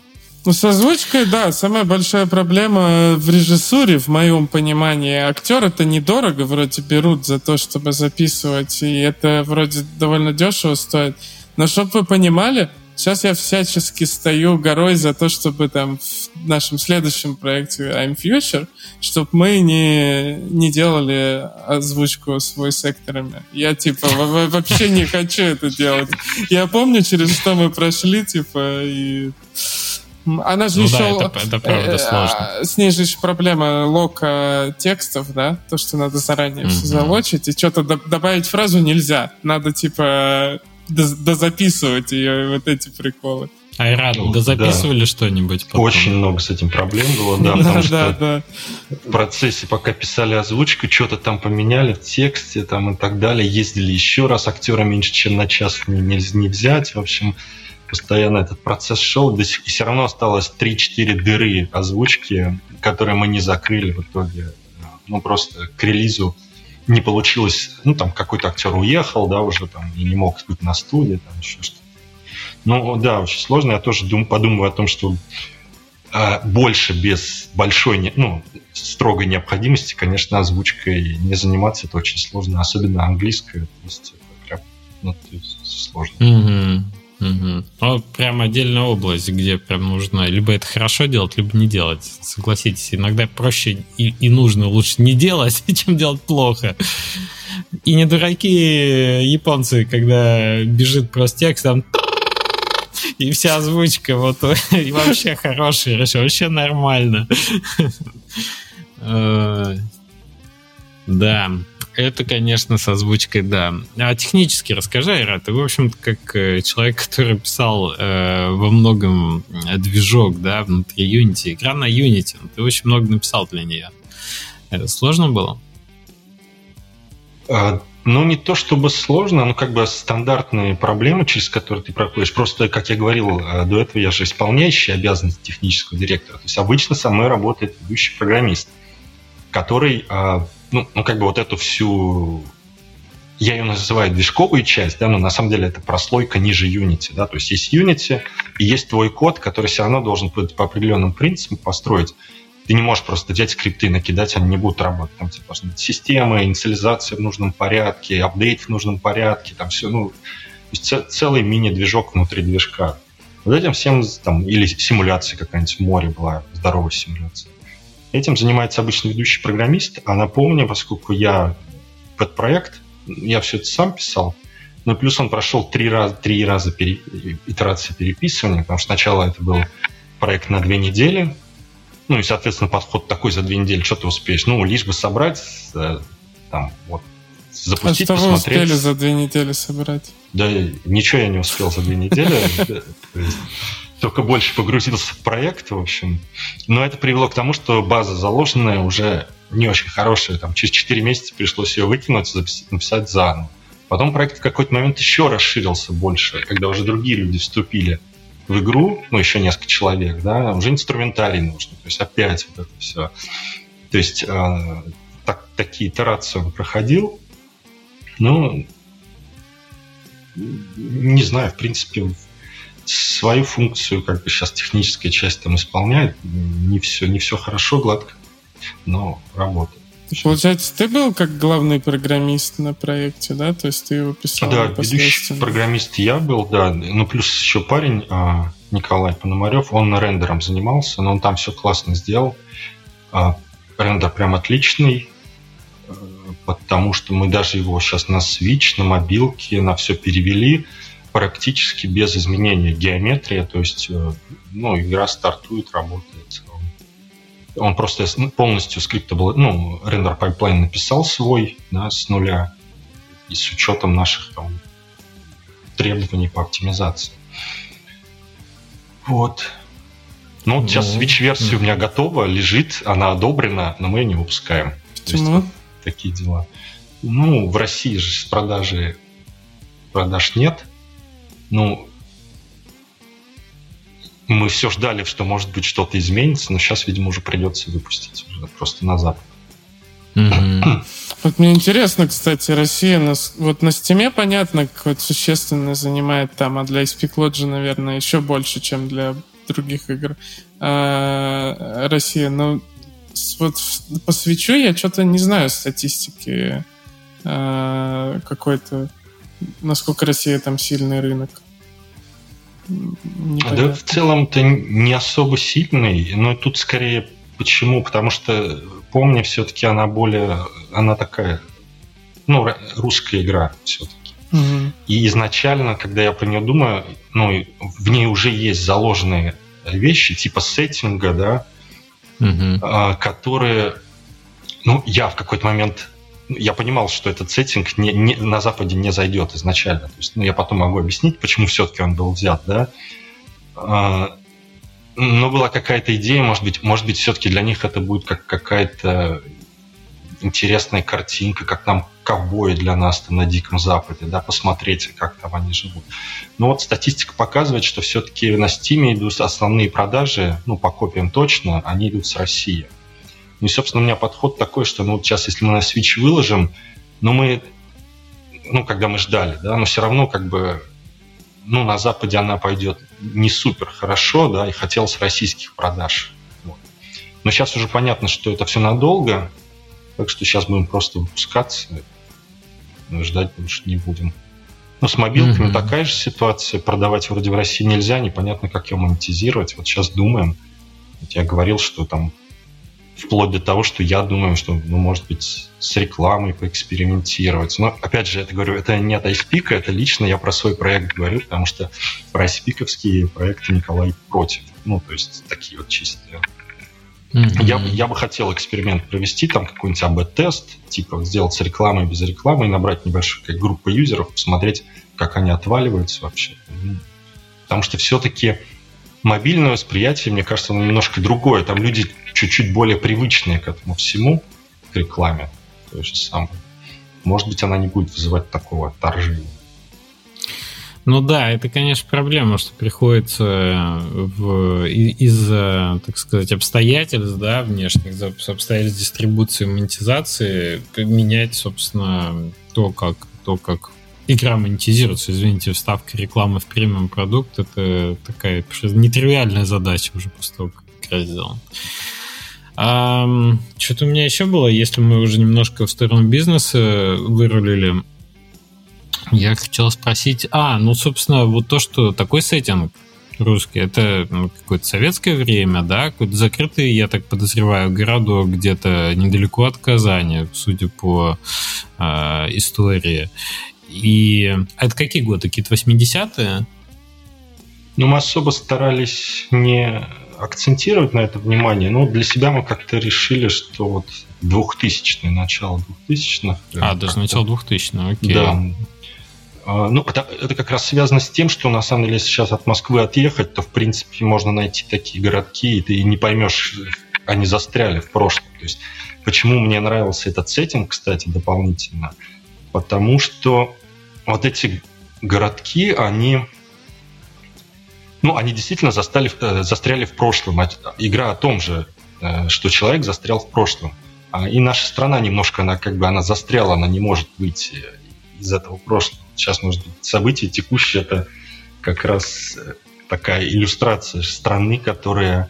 Speaker 2: Ну, с озвучкой, да, самая большая проблема в режиссуре, в моем понимании. Актер это недорого вроде берут за то, чтобы записывать, и это вроде довольно дешево стоит. Но чтобы вы понимали, сейчас я всячески стою горой за то, чтобы там в нашем следующем проекте I'm Future, чтобы мы не делали озвучку с voice-акторами. Я, типа, вообще не хочу это делать. Я помню, через что мы прошли, типа, и... Она же еще...
Speaker 1: Да, это правда сложно.
Speaker 2: С ней же еще проблема лока текстов, да? То, что надо заранее все залочить, и что-то добавить фразу нельзя. Надо, типа, дозаписывать ее, вот эти приколы.
Speaker 1: Айрат, дозаписывали что-нибудь потом?
Speaker 3: Очень много с этим проблем было, да, потому что в процессе, пока писали озвучку, что-то там поменяли в тексте там, и так далее, ездили еще раз, актера меньше, чем на час не взять, в общем... Постоянно этот процесс шел, и все равно осталось 3-4 дыры озвучки, которые мы не закрыли в итоге. Ну, просто к релизу не получилось. Ну, там какой-то актер уехал, да, уже там, и не мог быть на студии, там еще что-то. Ну, да, очень сложно. Я тоже подумываю о том, что больше без большой, строгой необходимости, конечно, озвучкой не заниматься, это очень сложно, особенно английская, то есть это прям, сложно.
Speaker 1: Ну, прям отдельная область, где прям нужно либо это хорошо делать, либо не делать. Согласитесь, иногда проще и нужно лучше не делать, чем делать плохо. И не дураки японцы, когда бежит просто текст, там и вся озвучка, вот, и вообще хорошая, вообще нормально. Да. Это, конечно, с озвучкой, да. А технически расскажи, Айрат, ты, в общем-то, как человек, который писал во многом движок, да, внутри Unity, игра на Unity, ты очень много написал для нее. Это сложно было?
Speaker 3: Ну, не то чтобы сложно, но как бы стандартные проблемы, через которые ты проходишь. Просто, как я говорил до этого, я же исполняющий обязанности технического директора. То есть обычно со мной работает ведущий программист, который... как бы вот эту всю, я ее называю движковую часть, да, но на самом деле это прослойка ниже Unity, да, то есть Unity и есть твой код, который все равно должен по определенным принципам построить. Ты не можешь просто взять скрипты и накидать, они не будут работать. Там тебе должны быть системы, инициализация в нужном порядке, апдейт в нужном порядке, там все, то есть целый мини-движок внутри движка. Вот этим всем, там, или симуляция какая-нибудь в море была, здоровая симуляция. Этим занимается обычно ведущий программист, а напомню, поскольку я под проект, я все это сам писал, но плюс он прошел 3 раза итерации переписывания, потому что сначала это был проект на 2 недели, и, соответственно, подход такой за 2 недели, что ты успеешь? Лишь бы собрать, там, вот, запустить, посмотреть.
Speaker 2: А что вы успели за 2 недели собрать?
Speaker 3: Да, ничего я не успел за 2 недели. Только больше погрузился в проект, в общем. Но это привело к тому, что база заложенная уже не очень хорошая. Там, через 4 месяца пришлось ее выкинуть, написать заново. Потом проект в какой-то момент еще расширился больше, когда уже другие люди вступили в игру, еще несколько человек, да, уже инструментарий нужно. То есть опять вот это все. То есть такие итерации он проходил. Не знаю, в принципе... свою функцию, как бы сейчас техническая часть там исполняет. Не все хорошо, гладко, но работает.
Speaker 2: Получается, ты был как главный программист на проекте, да? То есть ты его писал?
Speaker 3: Да, ведущий программист я был, да. Плюс еще парень, Николай Пономарев, он рендером занимался, но он там все классно сделал. Рендер прям отличный, потому что мы даже его сейчас на Switch, на мобилке, на все перевели практически без изменения геометрии, то есть, игра стартует, работает. Он просто полностью скриптабл, рендер пайплайн написал свой, да, с нуля и с учетом наших там требований по оптимизации. Вот. Сейчас Switch-версия у меня готова, лежит, она одобрена, но мы ее не выпускаем.
Speaker 2: Почему?
Speaker 3: Такие дела. В России же продаж нет. Мы все ждали, что, может быть, что-то изменится, но сейчас, видимо, уже придется выпустить уже просто на Запад.
Speaker 2: Вот мне интересно, кстати, Россия вот на Steam, понятно, какое-то существенно занимает там, а для XP Lodge, наверное, еще больше, чем для других игр Россия. Но вот по Switch'у я что-то не знаю статистики какой-то, насколько Россия там сильный рынок.
Speaker 3: Да, в целом-то не особо сильный, но тут скорее почему? Потому что, помню, все-таки она такая, русская игра все-таки.
Speaker 2: Угу.
Speaker 3: И изначально, когда я про нее думаю, в ней уже есть заложенные вещи, типа сеттинга, да, которые, я в какой-то момент, я понимал, что этот сеттинг на Западе не зайдет изначально. То есть, я потом могу объяснить, почему все-таки он был взят, да. Но была какая-то идея, может быть, все-таки для них это будет как какая-то интересная картинка, как там ковбои для нас на Диком Западе, да, посмотреть, как там они живут. Но вот статистика показывает, что все-таки на Steam идут основные продажи, по копиям точно, они идут с России. И, собственно, у меня подход такой, что сейчас, если мы на Switch выложим, когда мы ждали, да, но все равно на Западе она пойдет не супер хорошо, да, и хотелось российских продаж. Вот. Но сейчас уже понятно, что это все надолго, так что сейчас будем просто выпускаться, ждать больше не будем. С мобилками такая же ситуация, продавать вроде в России нельзя, непонятно, как ее монетизировать. Вот сейчас думаем, я говорил, что там вплоть до того, что я думаю, что, может быть, с рекламой поэкспериментировать. Но, опять же, это не от Айспика, это лично я про свой проект говорю, потому что про айспиковские проекты Николай против. То есть такие вот чистые. Я бы хотел эксперимент провести, там какой-нибудь АБ-тест, типа сделать с рекламой, без рекламы, и набрать небольшую группу юзеров, посмотреть, как они отваливаются вообще. Потому что все-таки мобильное восприятие, мне кажется, оно немножко другое. Там люди чуть-чуть более привычные к этому всему, к рекламе. То же самое. Может быть, она не будет вызывать такого отторжения.
Speaker 1: Да, это, конечно, проблема, что приходится из-за, так сказать, обстоятельств, да, внешних, обстоятельств дистрибуции и монетизации менять, собственно, то, как игра монетизируется. Извините, вставка рекламы в премиум продукт — это такая нетривиальная задача уже после того, как игра сделана. Что-то у меня еще было, если мы уже немножко в сторону бизнеса вырулили. Я хотел спросить, собственно, вот то, что такой сеттинг русский, это какое-то советское время, да, какой-то закрытый, я так подозреваю, городок где-то недалеко от Казани, судя по истории. И это какие годы? Какие-то 80-е?
Speaker 3: Мы особо старались не акцентировать на это внимание, но для себя мы как-то решили, что вот 2000-е, начало 2000-х.
Speaker 1: Даже начало 2000-х, окей.
Speaker 3: Да. Это как раз связано с тем, что на самом деле, если сейчас от Москвы отъехать, то в принципе можно найти такие городки, и ты не поймешь, они застряли в прошлом. То есть, почему мне нравился этот сеттинг, кстати, дополнительно? Потому что вот эти городки, они действительно застряли в прошлом. Игра о том же, что человек застрял в прошлом. И наша страна немножко, она застряла, она не может выйти из этого прошлого. Сейчас, может быть, события текущие — это как раз такая иллюстрация страны, которая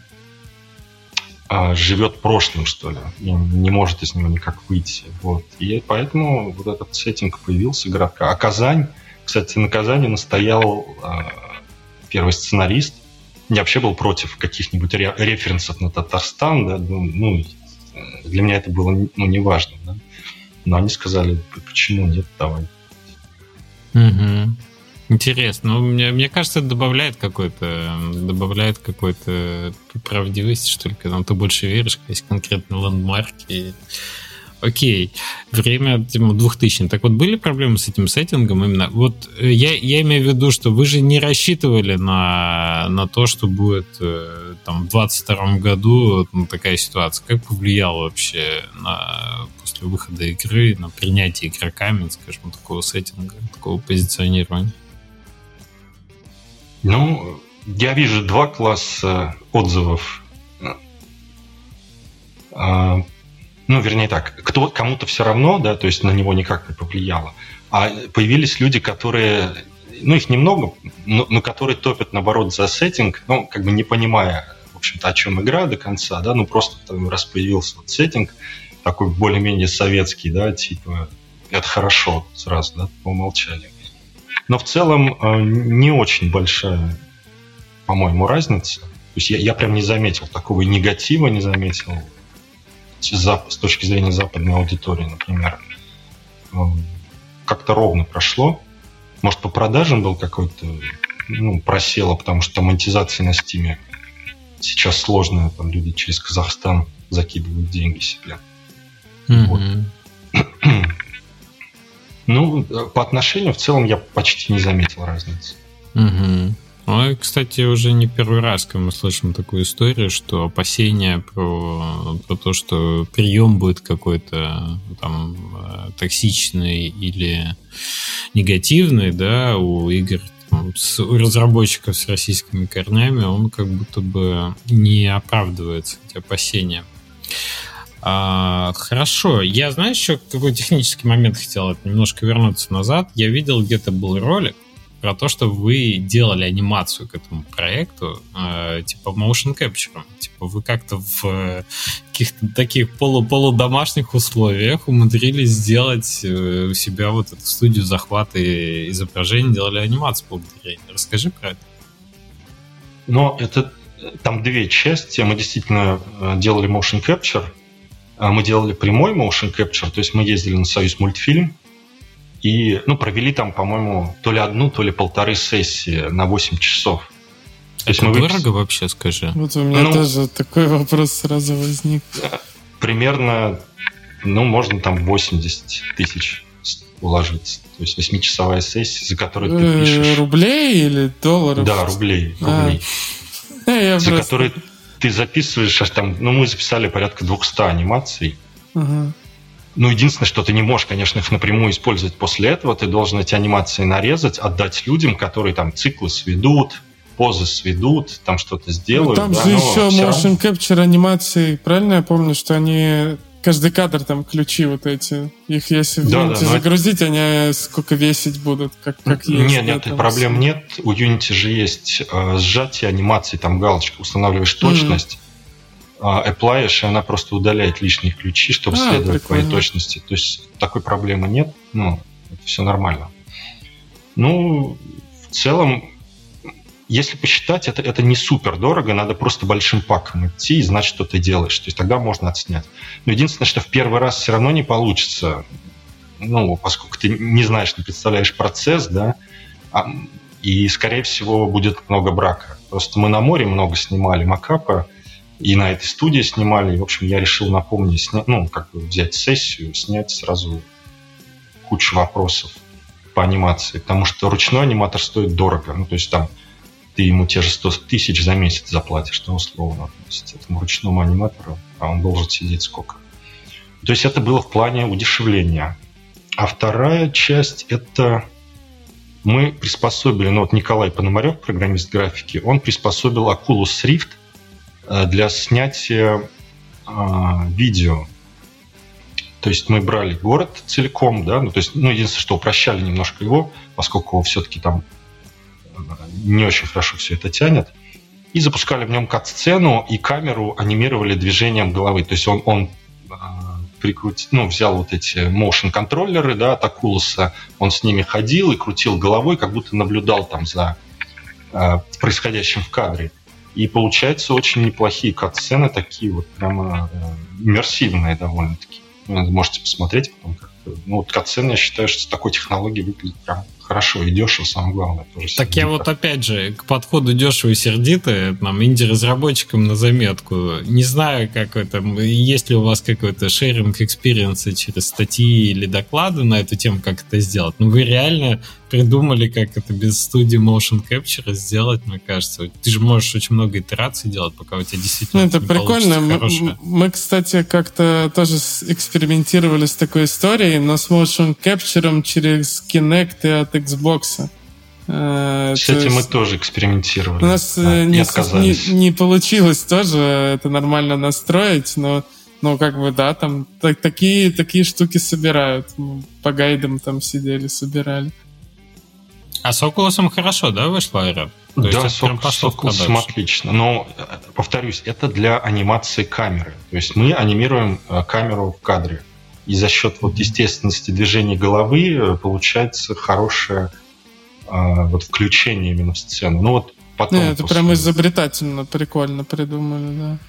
Speaker 3: живет прошлым, что ли, и не может из него никак выйти. Вот. И поэтому вот этот сеттинг появился, городка. А Казань, кстати, на Казани настоял первый сценарист. Я вообще был против каких-нибудь референсов на Татарстан, да, для меня это было неважно, да. Но они сказали, почему нет, давай.
Speaker 1: Угу. Интересно. Мне кажется, это добавляет какой-то правдивости, что ли, когда ты больше веришь, есть конкретные лендмарки. Окей. Время 2000. Так вот, были проблемы с этим сеттингом? Именно вот я имею в виду, что вы же не рассчитывали на то, что будет в 22 году такая ситуация. Как повлияло вообще после выхода игры на принятие игроками, скажем, такого сеттинга, такого позиционирования?
Speaker 3: Я вижу два класса отзывов. Вернее так, кому-то все равно, да, то есть на него никак не повлияло. А появились люди, которые их немного, но которые топят, наоборот, за сеттинг, как бы не понимая, в общем-то, о чем игра до конца, да, просто там, раз появился вот сеттинг, такой более-менее советский, да, типа, это хорошо сразу, да, по умолчанию. Но в целом не очень большая, по-моему, разница. То есть я прям не заметил такого негатива, не заметил с точки зрения западной аудитории, например. Как-то ровно прошло. Может, по продажам был какой-то, просело, потому что монетизация на Стиме сейчас сложная, там люди через Казахстан закидывают деньги себе. Mm-hmm. Вот. По отношению в целом я почти не заметил разницы.
Speaker 1: Mm-hmm. Ну, кстати, уже не первый раз, когда мы слышим такую историю, что опасения про то, что прием будет какой-то там токсичный или негативный, да, у игр, у разработчиков с российскими корнями, он как будто бы не оправдывается, эти опасения. Хорошо. Я, знаешь, еще какой технический момент хотел немножко вернуться назад. Я видел, где-то был ролик про то, что вы делали анимацию к этому проекту, типа motion capture. Типа вы как-то в каких-то таких полудомашних условиях умудрились сделать у себя вот эту студию захвата изображений, делали анимацию благодаря. Расскажи про это.
Speaker 3: Это там две части. Мы действительно делали motion capture. Мы делали прямой motion capture, то есть мы ездили на Союзмультфильм, и провели там, по-моему, то ли одну, то ли полторы сессии на 8 часов.
Speaker 1: Это дорого вообще, скажи?
Speaker 2: Вот у меня тоже такой вопрос сразу возник.
Speaker 3: Примерно, можно там 80 тысяч уложиться. То есть 8-часовая сессия, за которую ты пишешь...
Speaker 2: Рублей или долларов?
Speaker 3: Да, рублей. За которые ты записываешь, мы записали порядка 200 анимаций.
Speaker 2: Ага.
Speaker 3: Единственное, что ты не можешь, конечно, их напрямую использовать после этого. Ты должен эти анимации нарезать, отдать людям, которые там циклы сведут, позы сведут, там что-то сделают.
Speaker 2: Там же еще motion capture анимации. Правильно я помню, что они... Каждый кадр там ключи вот эти. Их если в Unity загрузить, они сколько весить будут, как есть.
Speaker 3: Нет, проблем нет. У Unity же есть сжатие анимации, там галочка, устанавливаешь точность. Applyешь, и она просто удаляет лишние ключи, чтобы следовать твоей точности. То есть такой проблемы нет. Это все нормально. В целом, если посчитать, это не супер дорого, надо просто большим паком идти и знать, что ты делаешь. То есть тогда можно отснять. Но единственное, что в первый раз все равно не получится, поскольку ты не знаешь, не представляешь процесс, да, и, скорее всего, будет много брака. Просто мы на море много снимали макапа, и на этой студии снимали. И, в общем, я решил напомнить, взять сессию, снять сразу кучу вопросов по анимации. Потому что ручной аниматор стоит дорого. То есть там ты ему те же 100 тысяч за месяц заплатишь, условно. То есть этому ручному аниматору, а он должен сидеть сколько. То есть это было в плане удешевления. А вторая часть – это мы приспособили, Николай Пономарев, программист графики, он приспособил Oculus Rift для снятия видео. То есть мы брали город целиком, да, единственное, что упрощали немножко его, поскольку его все-таки там не очень хорошо все это тянет, и запускали в нем кат-сцену, и камеру анимировали движением головы. То есть он взял вот эти motion-контроллеры, да, от Oculus, он с ними ходил и крутил головой, как будто наблюдал там за происходящим в кадре. И получаются очень неплохие кат-сцены, такие вот прямо иммерсивные довольно-таки. Вы можете посмотреть потом как-то. Кат-сцены, я считаю, что с такой технологией выглядит прям хорошо и дешево, самое главное. Тоже
Speaker 1: так сердито. Я опять же, к подходу дешево и сердито, инди-разработчикам на заметку. Не знаю, как это, есть ли у вас какой-то шеринг экспириенса через статьи или доклады на эту тему, как это сделать. Вы реально придумали, как это без студии motion capture сделать, мне кажется. Ты же можешь очень много итераций делать, пока у тебя действительно
Speaker 2: это прикольно. Мы, кстати, как-то тоже экспериментировали с такой историей, но с motion capture через Kinect и от Xbox.
Speaker 3: С этим мы тоже экспериментировали.
Speaker 2: У нас не получилось тоже это нормально настроить, но там такие штуки собирают. По гайдам там сидели, собирали.
Speaker 1: А с Oculus'ом хорошо, да, вышла игра?
Speaker 3: Да, с Oculus'ом отлично. Но, повторюсь, это для анимации камеры. То есть мы анимируем камеру в кадре. И за счет вот естественности движения головы получается хорошее вот включение именно в сцену. Ну вот потом...
Speaker 2: Это прям изобретательно, прикольно придумали, да.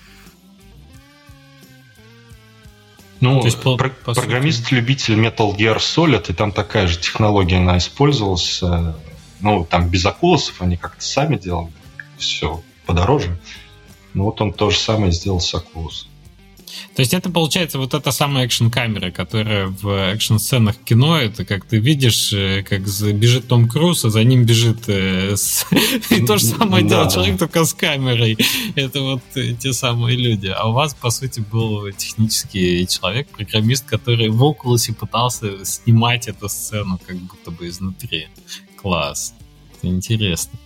Speaker 3: Ну, программист-любитель Metal Gear Solid, и там такая же технология, она использовалась. Ну, там без Oculus'ов они как-то сами делали. Все подороже. Ну, вот он то же самое сделал с Oculus.
Speaker 1: То есть это, получается, вот эта самая экшн-камера, которая в экшн-сценах кино, это как ты видишь, как бежит Том Круз, а за ним бежит... И то же самое делает человек, только с камерой. Это вот те самые люди. А у вас, по сути, был технический человек, программист, который в Oculus'е пытался снимать эту сцену как будто бы изнутри. Класс. Это интересно.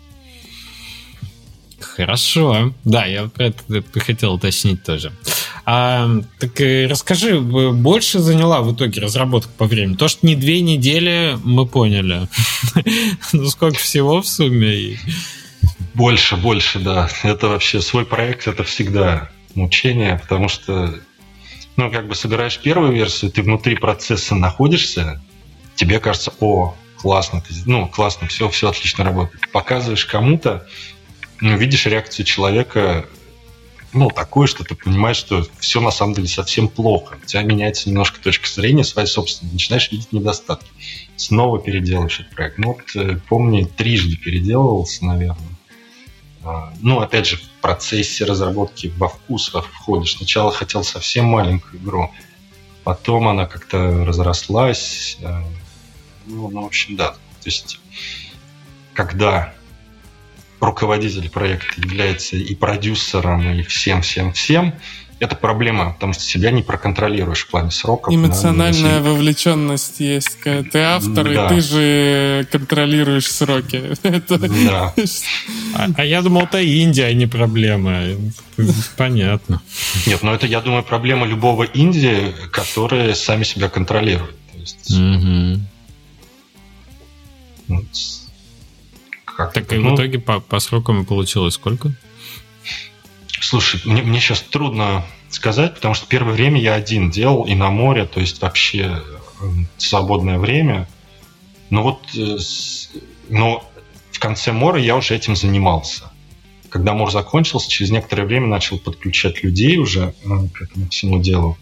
Speaker 1: Хорошо. Да, я про это хотел уточнить тоже. Так расскажи, больше заняла в итоге разработка по времени? То, что не 2 недели, мы поняли. Ну, сколько всего в сумме?
Speaker 3: Больше, да. Это вообще свой проект, это всегда мучение, потому что, ну, как бы собираешь первую версию, ты внутри процесса находишься, тебе кажется, классно, классно, все отлично работает. Показываешь кому-то, видишь реакцию человека, такое, что ты понимаешь, что все на самом деле совсем плохо. У тебя меняется немножко точка зрения своей собственной, начинаешь видеть недостатки. Снова переделаешь этот проект. Помню, 3 переделывался, наверное. Опять же, в процессе разработки во вкус входишь. Сначала хотел совсем маленькую игру, потом она как-то разрослась. В общем, да. То есть, когда руководитель проекта является и продюсером, и всем, это проблема, потому что себя не проконтролируешь в плане сроков.
Speaker 2: Эмоциональная вовлеченность есть. Ты автор, и ты же контролируешь сроки.
Speaker 3: Да.
Speaker 1: А я думал, это Индия, а не проблема. Понятно.
Speaker 3: Нет, это, я думаю, проблема любого инди, которые сами себя контролируют. То есть...
Speaker 1: Так и в итоге по срокам получилось сколько?
Speaker 3: Слушай, мне сейчас трудно сказать, потому что первое время я один делал и на море, то есть вообще свободное время. Но в конце моря я уже этим занимался. Когда мор закончился, через некоторое время начал подключать людей уже к этому всему делу.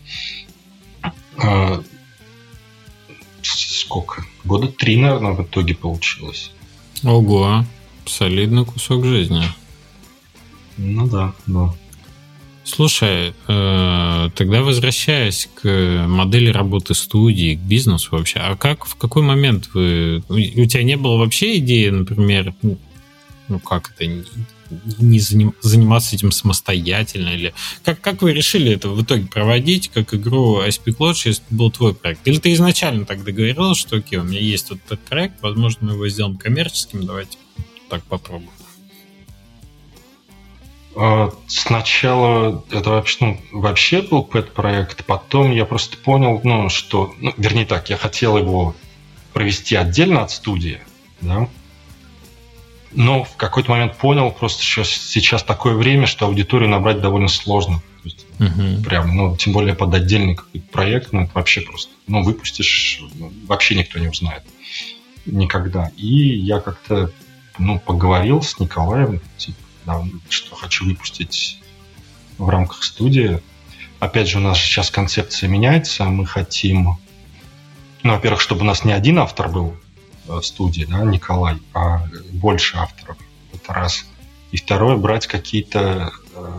Speaker 3: Сколько? 3 года, наверное, в итоге получилось.
Speaker 1: Ого, солидный кусок жизни.
Speaker 3: Ну да.
Speaker 1: Слушай, тогда возвращаясь к модели работы студии, к бизнесу вообще, а в какой момент у тебя не было вообще идеи, например, не заниматься этим самостоятельно, или как вы решили это в итоге проводить, как игру ISP Lodge, если это был твой проект? Или ты изначально так договорился, что окей, у меня есть вот этот проект, возможно, мы его сделаем коммерческим, давайте так попробуем?
Speaker 3: Сначала это вообще был пэт-проект, потом я просто понял, что, вернее так, я хотел его провести отдельно от студии, да. Но в какой-то момент понял, просто сейчас такое время, что аудиторию набрать довольно сложно. То есть, прям, тем более под отдельный какой-то проект, это вообще просто, выпустишь, вообще никто не узнает. Никогда. И я как-то, поговорил с Николаем, что хочу выпустить в рамках студии. Опять же, у нас сейчас концепция меняется, мы хотим, во-первых, чтобы у нас не один автор был в студии, да, Николай, а больше авторов. Это раз. И второе, брать какие-то,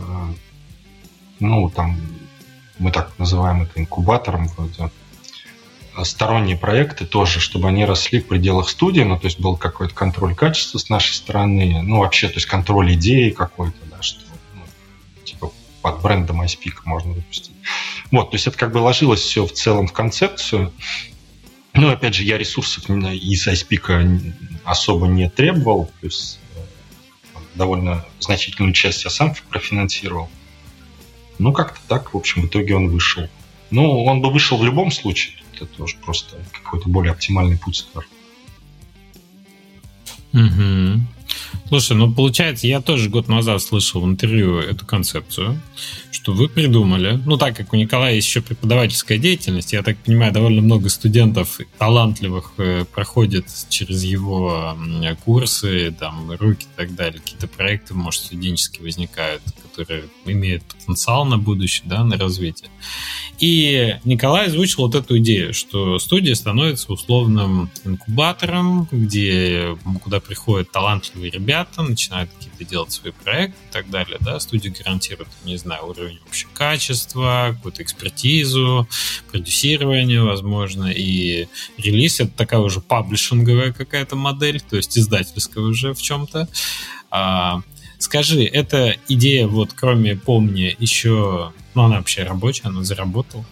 Speaker 3: мы так называем это инкубатором вроде, сторонние проекты тоже, чтобы они росли в пределах студии, то есть был какой-то контроль качества с нашей стороны, вообще, то есть контроль идеи какой-то, да, что, типа под брендом ISP можно выпустить. То есть это как бы ложилось все в целом в концепцию. Опять же, я ресурсов из ISP особо не требовал, то есть довольно значительную часть я сам профинансировал. Как-то так, в общем, в итоге он вышел. Он бы вышел в любом случае. Это тоже просто какой-то более оптимальный путь.
Speaker 1: Угу. Слушай, ну получается, я тоже год назад слышал в интервью эту концепцию, что вы придумали, ну так как у Николая есть еще преподавательская деятельность, я так понимаю, довольно много студентов талантливых проходит через его курсы, там, руки и так далее, какие-то проекты, может, студенческие возникают, которые имеют потенциал на будущее, да, на развитие. И Николай озвучил вот эту идею, что студия становится условным инкубатором, куда приходят талантливые ребята, начинают какие-то делать свои проекты и так далее. Да? Студия гарантирует, не знаю, уровень общего качества, какую-то экспертизу, продюсирование, возможно, и релиз — это такая уже паблишинговая какая-то модель, то есть издательская уже в чем-то. Скажи, эта идея, вот кроме «Помни», еще, ну, она вообще рабочая, она заработала?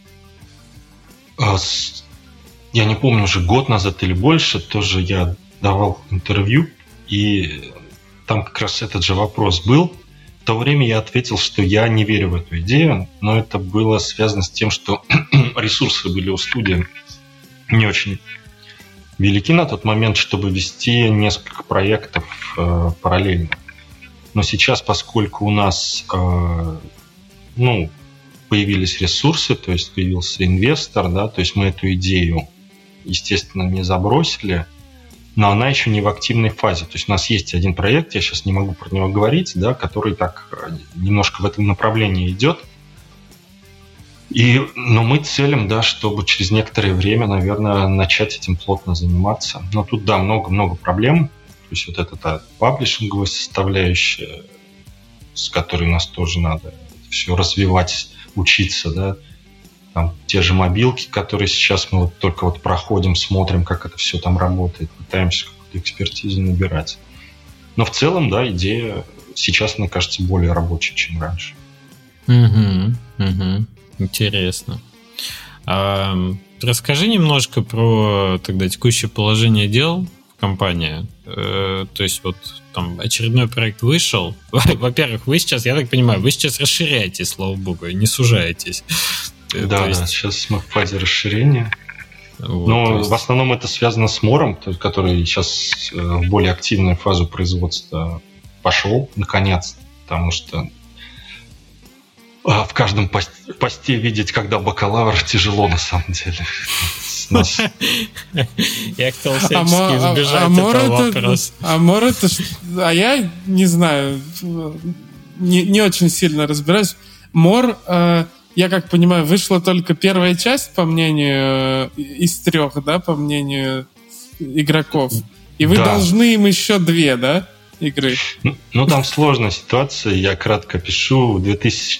Speaker 3: Я не помню, уже год назад или больше тоже я давал интервью, и там как раз этот же вопрос был. В то время я ответил, что я не верю в эту идею, но это было связано с тем, что ресурсы были у студии не очень велики на тот момент, чтобы вести несколько проектов параллельно. Но сейчас, поскольку у нас появились ресурсы, то есть появился инвестор, да, то есть мы эту идею, естественно, не забросили, но она еще не в активной фазе. То есть у нас есть один проект, я сейчас не могу про него говорить, да, который так немножко в этом направлении идет. Но мы целим, да, чтобы через некоторое время, наверное, начать этим плотно заниматься. Но тут, да, много-много проблем. То есть вот эта паблишинговая составляющая, с которой у нас тоже надо все развивать, учиться, да. Там те же мобилки, которые сейчас мы вот только вот проходим, смотрим, как это все там работает, пытаемся какую-то экспертизу набирать. Но в целом, да, идея сейчас, мне кажется, более рабочая, чем раньше.
Speaker 1: Интересно. Расскажи немножко про тогда текущее положение дел в компании. То есть вот там очередной проект вышел. Во-первых, вы сейчас, я так понимаю, вы сейчас расширяетесь, слава богу, и не сужаетесь.
Speaker 3: Да, сейчас мы в фазе расширения. Вот, но в основном это связано с Мором, который сейчас в более активную фазу производства пошел, наконец, потому что в каждом посте видеть, когда бакалавр, тяжело на самом деле.
Speaker 1: Я хотел всячески избежать этого вопроса.
Speaker 2: А я не знаю, не очень сильно разбираюсь. Мор, я как понимаю, вышла только первая часть, по мнению из 3, да, по мнению игроков. И вы должны им еще 2, да, игры?
Speaker 3: Ну, там сложная ситуация. Я кратко пишу. В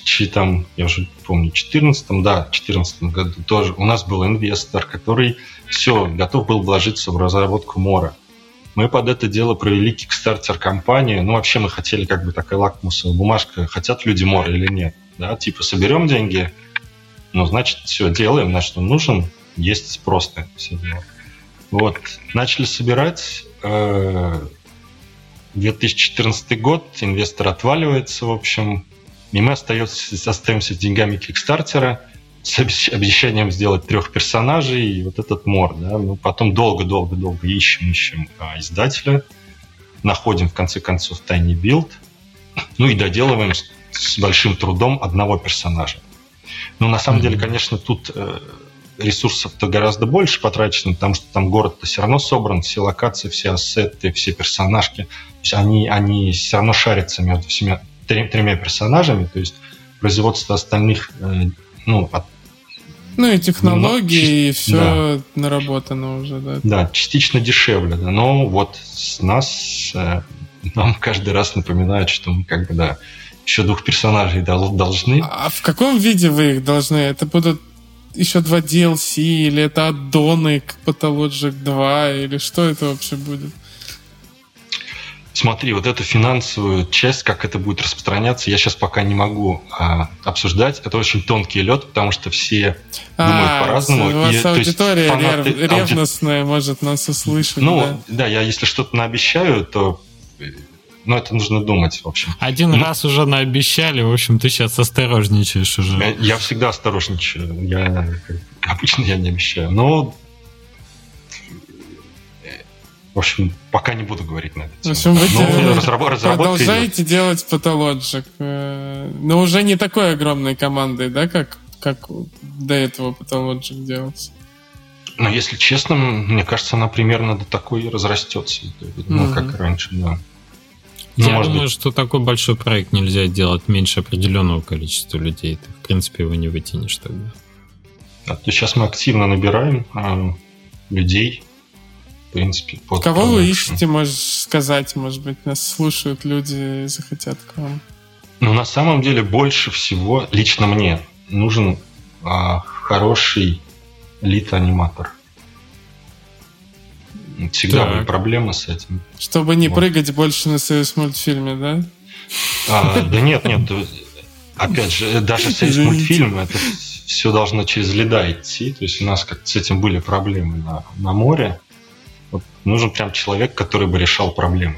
Speaker 3: 2014 году тоже у нас был инвестор, который готов был вложиться в разработку Мора. Мы под это дело провели кикстартер-компанию. Ну, вообще мы хотели как бы такая лакмусовая бумажка, хотят люди Мора или нет. Да, типа соберем деньги, ну, значит, все делаем, значит, он нужен, есть спрос на это все дело. Вот, начали собирать. 2014 год, инвестор отваливается, в общем, и мы остаемся с деньгами кикстартера, с обещанием сделать 3 персонажей и вот этот Мор, да. Ну, потом долго ищем издателя, находим, в конце концов, Tiny Build, ну и доделываем с большим трудом 1 персонажа. Ну, на самом деле, конечно, тут ресурсов-то гораздо больше потрачено, потому что там город-то все равно собран, все локации, все ассеты, все персонажки. То есть они все равно шарятся между всеми 3 персонажами, то есть производство остальных,
Speaker 2: и технологии, и все наработано уже, да.
Speaker 3: Да, частично дешевле, да. Но вот нам каждый раз напоминают, что мы как бы, да, еще 2 персонажей должны.
Speaker 2: А в каком виде вы их должны? Это будут еще 2 DLC, или это аддоны к Pathologic 2, или что это вообще будет?
Speaker 3: Смотри, вот эту финансовую часть, как это будет распространяться, я сейчас пока не могу обсуждать. Это очень тонкий лед, потому что все думают по-разному.
Speaker 2: У вас аудитория ревностная может нас услышать.
Speaker 3: Да, я если что-то наобещаю, то... Но это нужно думать, в общем.
Speaker 1: Один раз уже наобещали, в общем, ты сейчас осторожничаешь уже.
Speaker 3: Я всегда осторожничаю. Обычно я не обещаю. Но В общем, пока не буду говорить на это.
Speaker 2: В общем, вы продолжаете делать Pathologic, но уже не такой огромной командой, да, как до этого Pathologic делался?
Speaker 3: Но, если честно, мне кажется, она примерно до такой и разрастется. Ну, как раньше, да.
Speaker 1: Я думаю, что такой большой проект нельзя делать меньше определенного количества людей. Ты, в принципе, его не вытянешь тогда.
Speaker 3: Да, то сейчас мы активно набираем людей. В принципе,
Speaker 2: кого вы ищете, можешь сказать, может быть, нас слушают люди и захотят к вам?
Speaker 3: Ну, на самом деле, больше всего лично мне нужен хороший лид-аниматор. Всегда были проблемы с этим.
Speaker 2: Чтобы не прыгать больше на Союзмультфильме, да?
Speaker 3: Да нет. Опять же, даже Союзмультфильм, это все должно через лида идти. То есть у нас как-то с этим были проблемы на море. Вот нужен прям человек, который бы решал проблемы.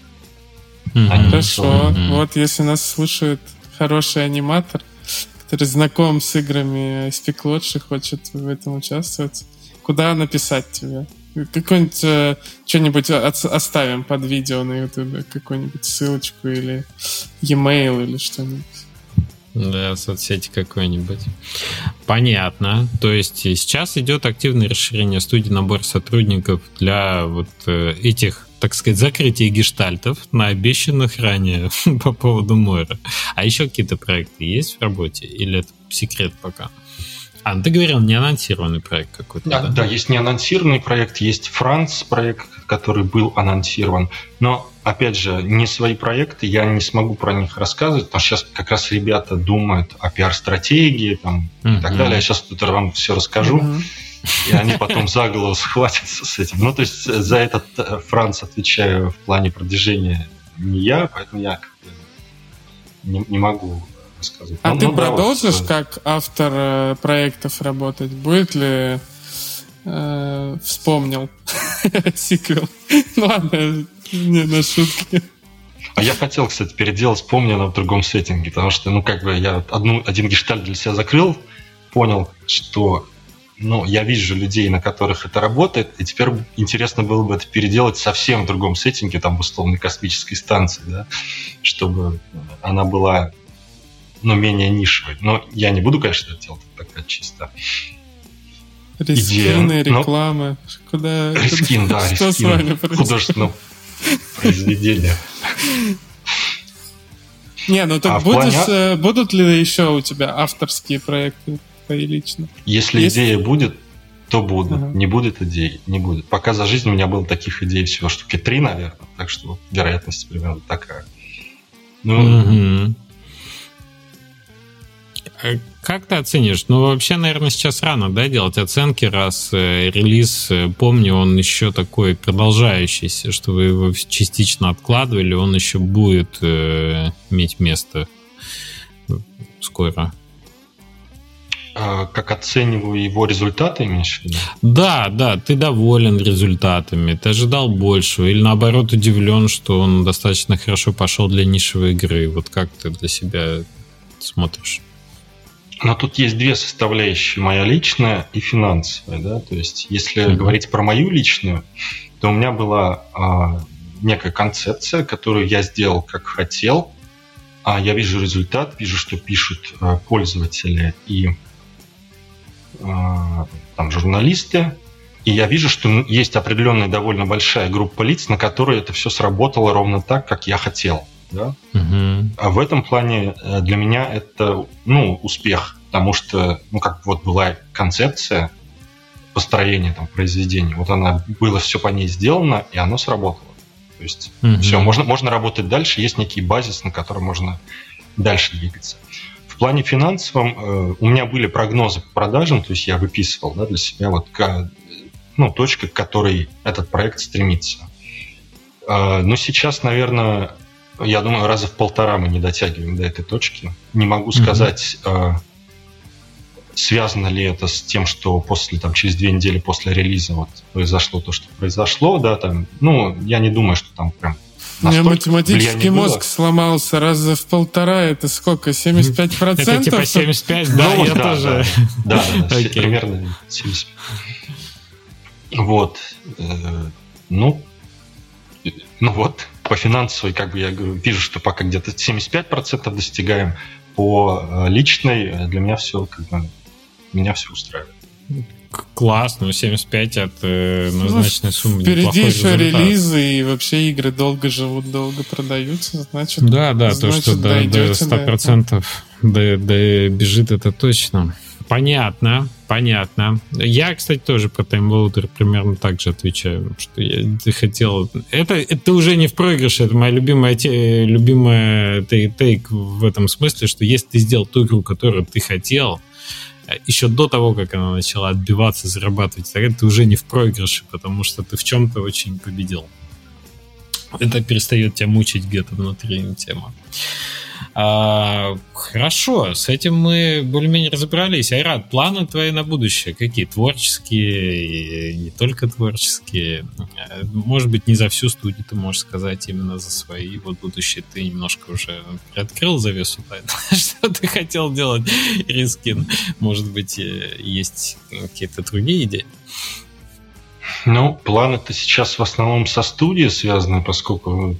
Speaker 2: Хорошо. Вот если нас слушает хороший аниматор, который знаком с играми Speaklodge, хочет в этом участвовать, куда написать тебе? Какое-нибудь что-нибудь оставим под видео на YouTube, какую-нибудь ссылочку или e-mail или что-нибудь.
Speaker 1: Да, соцсети какой-нибудь. Понятно. То есть сейчас идет активное расширение студии, набор сотрудников для вот этих, так сказать, закрытия гештальтов на обещанных ранее по поводу моря. А еще какие-то проекты есть в работе? Или это секрет пока? Ты говорил, неанонсированный проект какой-то.
Speaker 3: Да, есть неанонсированный проект, есть Франц проект, который был анонсирован. Но, опять же, не свои проекты, я не смогу про них рассказывать, потому что сейчас как раз ребята думают о пиар-стратегии там, и так далее. Я сейчас тут вам все расскажу, и они потом за голову схватятся с этим. Ну, то есть за этот Франц отвечаю в плане продвижения не я, поэтому я не могу... Сказать.
Speaker 2: Ты продолжишь как автор проектов работать? Будет ли вспомнил сиквел? Ладно, не на шутки.
Speaker 3: А я хотел, кстати, переделать «Вспомнил» в другом сеттинге, потому что, я один гештальт для себя закрыл, понял, что я вижу людей, на которых это работает, и теперь интересно было бы это переделать совсем в другом сеттинге, там, в условной космической станции, да, чтобы она была менее нишевый. Но я не буду, конечно, это делать так чисто.
Speaker 2: Рискины, рекламы.
Speaker 3: Рискин, да,
Speaker 2: что с вами происходит?
Speaker 3: Художественное произведение.
Speaker 2: Так будут ли еще у тебя авторские проекты твои лично?
Speaker 3: Если идея будет, то будут. Не будет идей, не будет. Пока за жизнь у меня было таких идей всего штуки 3, наверное. Так что вероятность примерно такая.
Speaker 1: Как ты оценишь? Вообще, наверное, сейчас рано, да, делать оценки, раз релиз, помню, он еще такой продолжающийся, что вы его частично откладывали, он еще будет иметь место скоро.
Speaker 3: Как оцениваю его результаты, имеешь в виду?
Speaker 1: Да, ты доволен результатами, ты ожидал большего, или наоборот удивлен, что он достаточно хорошо пошел для нишевой игры. Вот как ты для себя смотришь?
Speaker 3: Но тут есть две составляющие, моя личная и финансовая. Да? То есть, если говорить про мою личную, то у меня была некая концепция, которую я сделал как хотел. Я вижу результат, вижу, что пишут пользователи и журналисты. И я вижу, что есть определенная довольно большая группа лиц, на которой это все сработало ровно так, как я хотел. Да? А в этом плане для меня это успех, потому что была концепция построения произведения, было все по ней сделано, и оно сработало. То есть все, можно работать дальше, есть некий базис, на котором можно дальше двигаться. В плане финансовом у меня были прогнозы по продажам, то есть я выписывал для себя точка, к которой этот проект стремится. Но сейчас, наверное, я думаю, раза в 1,5 мы не дотягиваем до этой точки. Не могу сказать, связано ли это с тем, что через 2 недели после релиза произошло то, что произошло. Да, я не думаю, что там прям
Speaker 2: у меня математический мозг сломался раза в 1,5. Это сколько? 75%?
Speaker 1: Это типа 75, да, я тоже.
Speaker 3: Да, примерно 75. Ну вот, по финансовой, как бы я вижу, что пока где-то 75% достигаем. По личной для меня все, как бы, меня все устраивает.
Speaker 1: Класс, 75 от назначенной суммы.
Speaker 2: Впереди еще релизы, и вообще игры долго живут, долго продаются, значит...
Speaker 1: Да, то, что до 100% бежит, это точно. Понятно. Я, кстати, тоже по таймлоудер примерно так же отвечаю, что я хотел... Это уже не в проигрыше, это моя любимая тейк в этом смысле, что если ты сделал ту игру, которую ты хотел, еще до того, как она начала отбиваться, зарабатывать, тогда ты уже не в проигрыше, потому что ты в чем-то очень победил. Это перестает тебя мучить где-то внутри тема. Хорошо, с этим мы более-менее разобрались. Айрат, планы твои на будущее какие? Творческие, и не только творческие. Может быть, не за всю студию ты можешь сказать, именно за свои. Вот будущее ты немножко уже приоткрыл завесу тайны. Что ты хотел делать, Рискин? Может быть, есть какие-то другие идеи?
Speaker 3: Ну, планы-то сейчас в основном со студией связаны, поскольку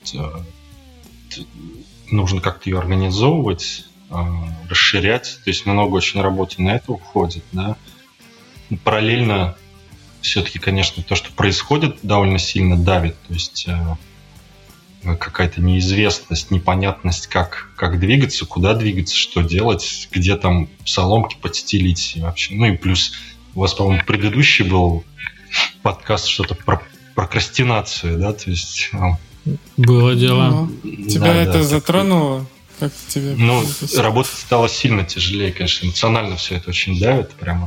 Speaker 3: нужно как-то ее организовывать, расширять. То есть много очень работы на это уходит. Да? Параллельно все-таки, конечно, то, что происходит, довольно сильно давит. То есть какая-то неизвестность, непонятность, как двигаться, куда двигаться, что делать, где там соломки подстелить вообще. Ну и плюс у вас, по-моему, предыдущий был подкаст что-то про прокрастинацию, да, то есть...
Speaker 1: Было дело.
Speaker 2: Тебя это затронуло? Как тебе?
Speaker 3: Ну, работать стало сильно тяжелее, конечно. Эмоционально все это очень давит, прямо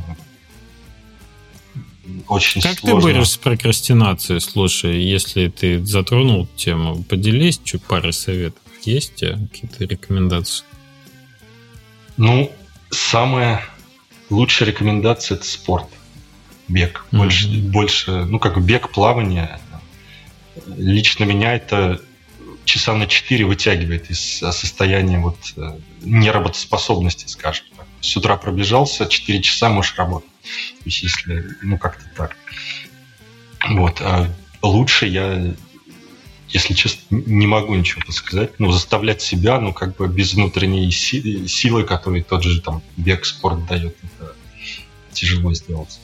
Speaker 3: очень
Speaker 1: как
Speaker 3: сложно.
Speaker 1: Как ты борешься с прокрастинацией? Слушай, если ты затронул тему, поделись парой советов. Есть какие-то рекомендации?
Speaker 3: Ну, самая лучшая рекомендация – это спорт. Бег. Больше, ну, как бег, плавание. Лично меня это часа на 4 вытягивает из состояния вот неработоспособности, скажем так. С утра пробежался, 4 часа можешь работать. То есть, если, ну, как-то так. Вот. А лучше я, если честно, не могу ничего подсказать. Ну, заставлять себя, ну, как бы без внутренней силы, которую тот же там бег, спорт дает, это тяжело сделать.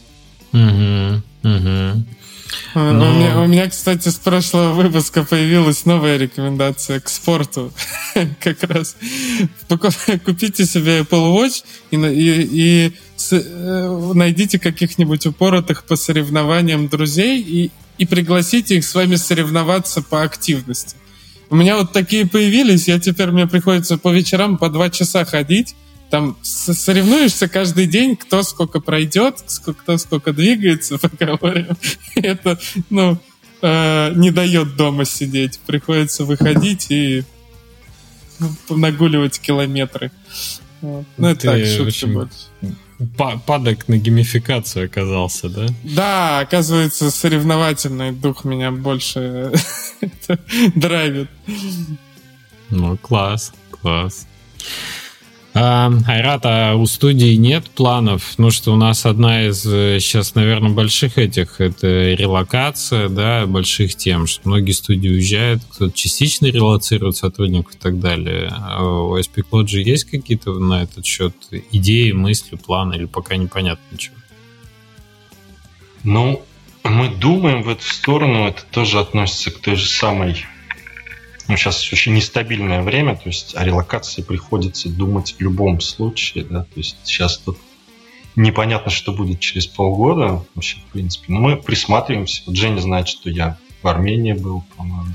Speaker 2: У меня, кстати, с прошлого выпуска появилась новая рекомендация к спорту. Как раз купите себе Apple Watch и найдите каких-нибудь упоротых по соревнованиям друзей и пригласите их с вами соревноваться по активности. У меня вот такие появились, мне приходится по вечерам по 2 часа ходить. Там соревнуешься каждый день, кто сколько пройдет, кто сколько двигается, поговорим. Это, не дает дома сидеть. Приходится выходить и нагуливать километры. Вот. Ну, это так, шутки больше.
Speaker 1: Падок на геймификацию оказался, да? Да,
Speaker 2: оказывается, соревновательный дух меня больше драйвит.
Speaker 1: Ну, класс. Айрат, а у студии нет планов? Ну, что у нас одна из сейчас, наверное, больших это релокация, да, больших тем, что многие студии уезжают, кто-то частично релоцирует сотрудников и так далее. А у SPCloud есть какие-то на этот счет идеи, мысли, планы, или пока непонятно ничего?
Speaker 3: Ну, мы думаем в эту сторону, это тоже относится к той же самой... Ну, сейчас очень нестабильное время, то есть о релокации приходится думать в любом случае, да, то есть сейчас тут непонятно, что будет через полгода вообще, в принципе, но мы присматриваемся. Вот Женя знает, что я в Армении был, по-моему,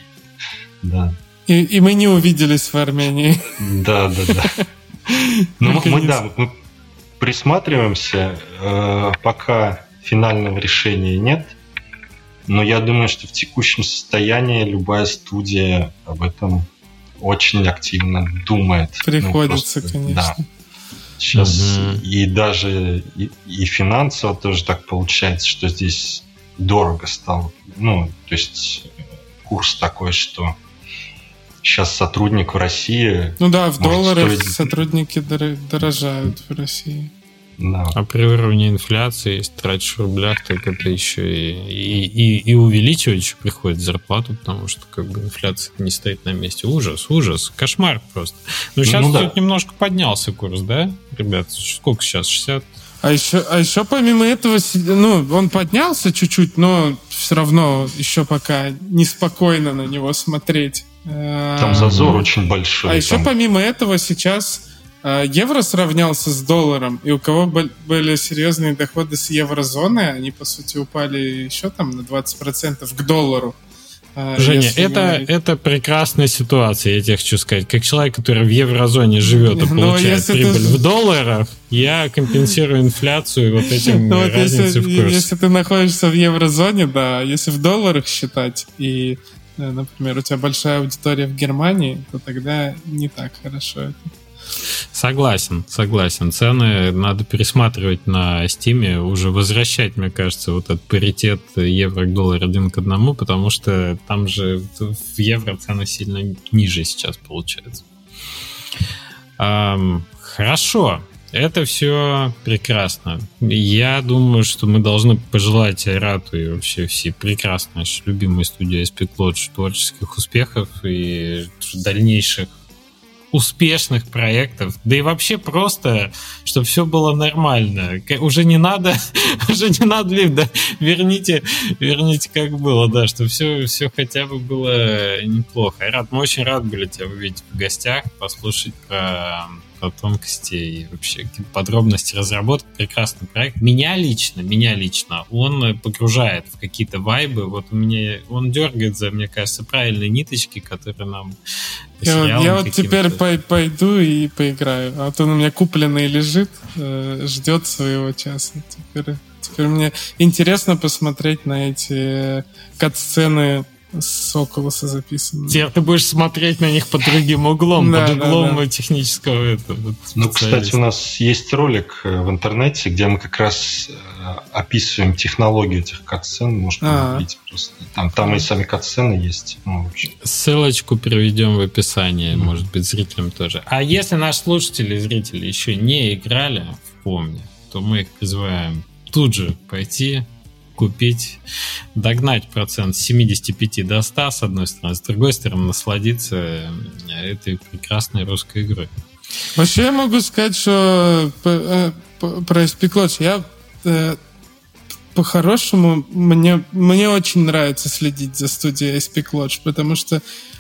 Speaker 2: и мы не увиделись в Армении.
Speaker 3: Да. Ну, мы присматриваемся, пока финального решения нет. Но я думаю, что в текущем состоянии любая студия об этом очень активно думает.
Speaker 2: Приходится, конечно.
Speaker 3: Да. Сейчас и даже и финансово тоже так получается, что здесь дорого стало. Ну, то есть курс такой, что сейчас сотрудник в России...
Speaker 2: Ну да, в долларах сотрудники дорожают в России.
Speaker 3: Да.
Speaker 1: А при уровне инфляции, если тратишь в рублях, так это еще и увеличивать еще приходится зарплату, потому что как бы инфляция не стоит на месте. Ужас, кошмар просто. Но сейчас тут немножко поднялся курс, да, ребят? Сколько сейчас? 60?
Speaker 2: А еще помимо этого, он поднялся чуть-чуть, но все равно еще пока неспокойно на него смотреть.
Speaker 3: Там зазор очень большой.
Speaker 2: А еще помимо этого сейчас евро сравнялся с долларом, и у кого были серьезные доходы с еврозоны, они, по сути, упали еще там на 20% к доллару.
Speaker 1: Женя, это прекрасная ситуация, я тебе хочу сказать. Как человек, который в еврозоне живет и получает прибыль в долларах, я компенсирую инфляцию вот этим разницей в курсе.
Speaker 2: Если ты находишься в еврозоне, да, если в долларах считать, и, например, у тебя большая аудитория в Германии, то тогда не так хорошо это.
Speaker 1: Согласен. Цены надо пересматривать на Steam, уже возвращать, мне кажется, вот этот паритет евро к доллару 1 к 1, потому что там же в евро цены сильно ниже сейчас получается. Хорошо. Это все прекрасно. Я думаю, что мы должны пожелать Айрату и вообще всей прекрасной нашей любимой студии SP Lodge творческих успехов и дальнейших успешных проектов, да и вообще просто, чтобы все было нормально. Уже не надо, да, верните как было, да, чтобы все хотя бы было неплохо. Айрат, мы очень рады были тебя увидеть в гостях, послушать про тонкости и вообще подробности разработки. Прекрасный проект. Меня лично он погружает в какие-то вайбы. Вот у меня он дергает за, мне кажется, правильные ниточки, которые нам
Speaker 2: я вот теперь пойду и поиграю. А то он у меня купленный лежит, ждет своего часа. Теперь мне интересно посмотреть на эти кат-сцены с Oculus записаны.
Speaker 1: Теперь ты будешь смотреть на них под другим углом, под углом технического этого.
Speaker 3: Кстати, у нас есть ролик в интернете, где мы как раз описываем технологию этих кат-сцен. Можно увидеть просто. Там и сами кат-сцены есть.
Speaker 1: Ссылочку приведем в описании, может быть, зрителям тоже. А если наши слушатели и зрители еще не играли в Помни, то мы их призываем тут же пойти купить, догнать процент с 75 до 100, с одной стороны, с другой стороны, насладиться этой прекрасной русской игрой.
Speaker 2: Вообще я могу сказать, что про SP Lodge я по-хорошему мне очень нравится следить за студией SP Lodge, потому что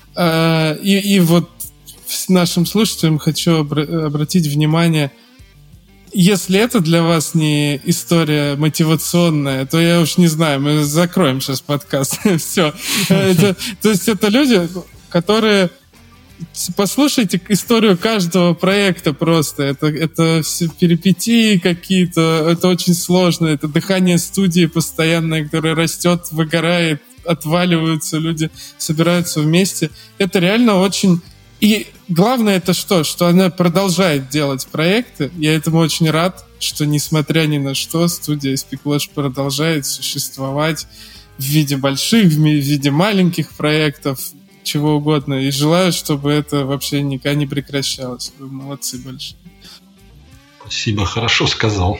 Speaker 2: и вот с нашим слушателям хочу обратить внимание, если это для вас не история мотивационная, то я уж не знаю, мы закроем сейчас подкаст. Все. То есть это люди, которые... Послушайте историю каждого проекта просто. Это все перипетии какие-то, это очень сложно. Это дыхание студии постоянное, которое растет, выгорает, отваливаются, люди собираются вместе. Это реально очень... И главное это что? Что она продолжает делать проекты. Я этому очень рад, что несмотря ни на что, студия SP Lodge продолжает существовать в виде больших, в виде маленьких проектов, чего угодно. И желаю, чтобы это вообще никогда не прекращалось. Вы молодцы большие.
Speaker 3: Спасибо, хорошо сказал.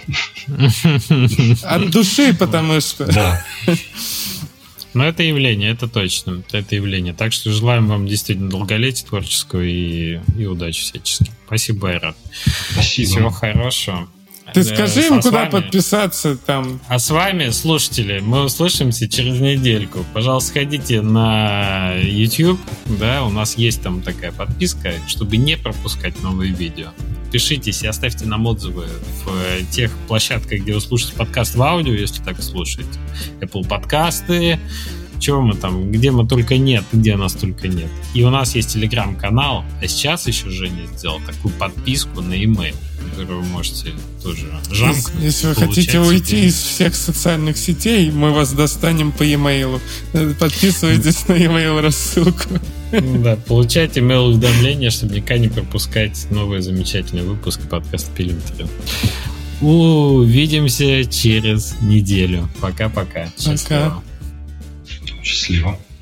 Speaker 2: От души, потому что...
Speaker 3: Да.
Speaker 1: Но это явление, это точно, это явление. Так что желаем вам действительно долголетия творческого и удачи всячески. Спасибо, Айрат.
Speaker 3: Спасибо.
Speaker 1: Всего хорошего.
Speaker 2: Ты скажи им, куда подписаться там.
Speaker 1: А с вами, слушатели, мы услышимся через недельку. Пожалуйста, сходите на YouTube, да, у нас есть там такая подписка, чтобы не пропускать новые видео. Подпишитесь и оставьте нам отзывы в тех площадках, где вы слушаете подкаст в аудио, если так слушаете. Apple подкасты, чего мы там, где мы только нет, где нас только нет. И у нас есть телеграм-канал, а сейчас еще Женя сделал такую подписку на e-mail, которую вы можете тоже жамкнуть.
Speaker 2: Если вы хотите уйти из всех социальных сетей, мы вас достанем по e-mail. Подписывайтесь на e-mail рассылку.
Speaker 1: Да, получайте email-уведомления, чтобы никогда не пропускать новые замечательные выпуски подкаста «Пилим-трин». Увидимся через неделю. Пока-пока.
Speaker 2: Пока.
Speaker 3: Счастливо.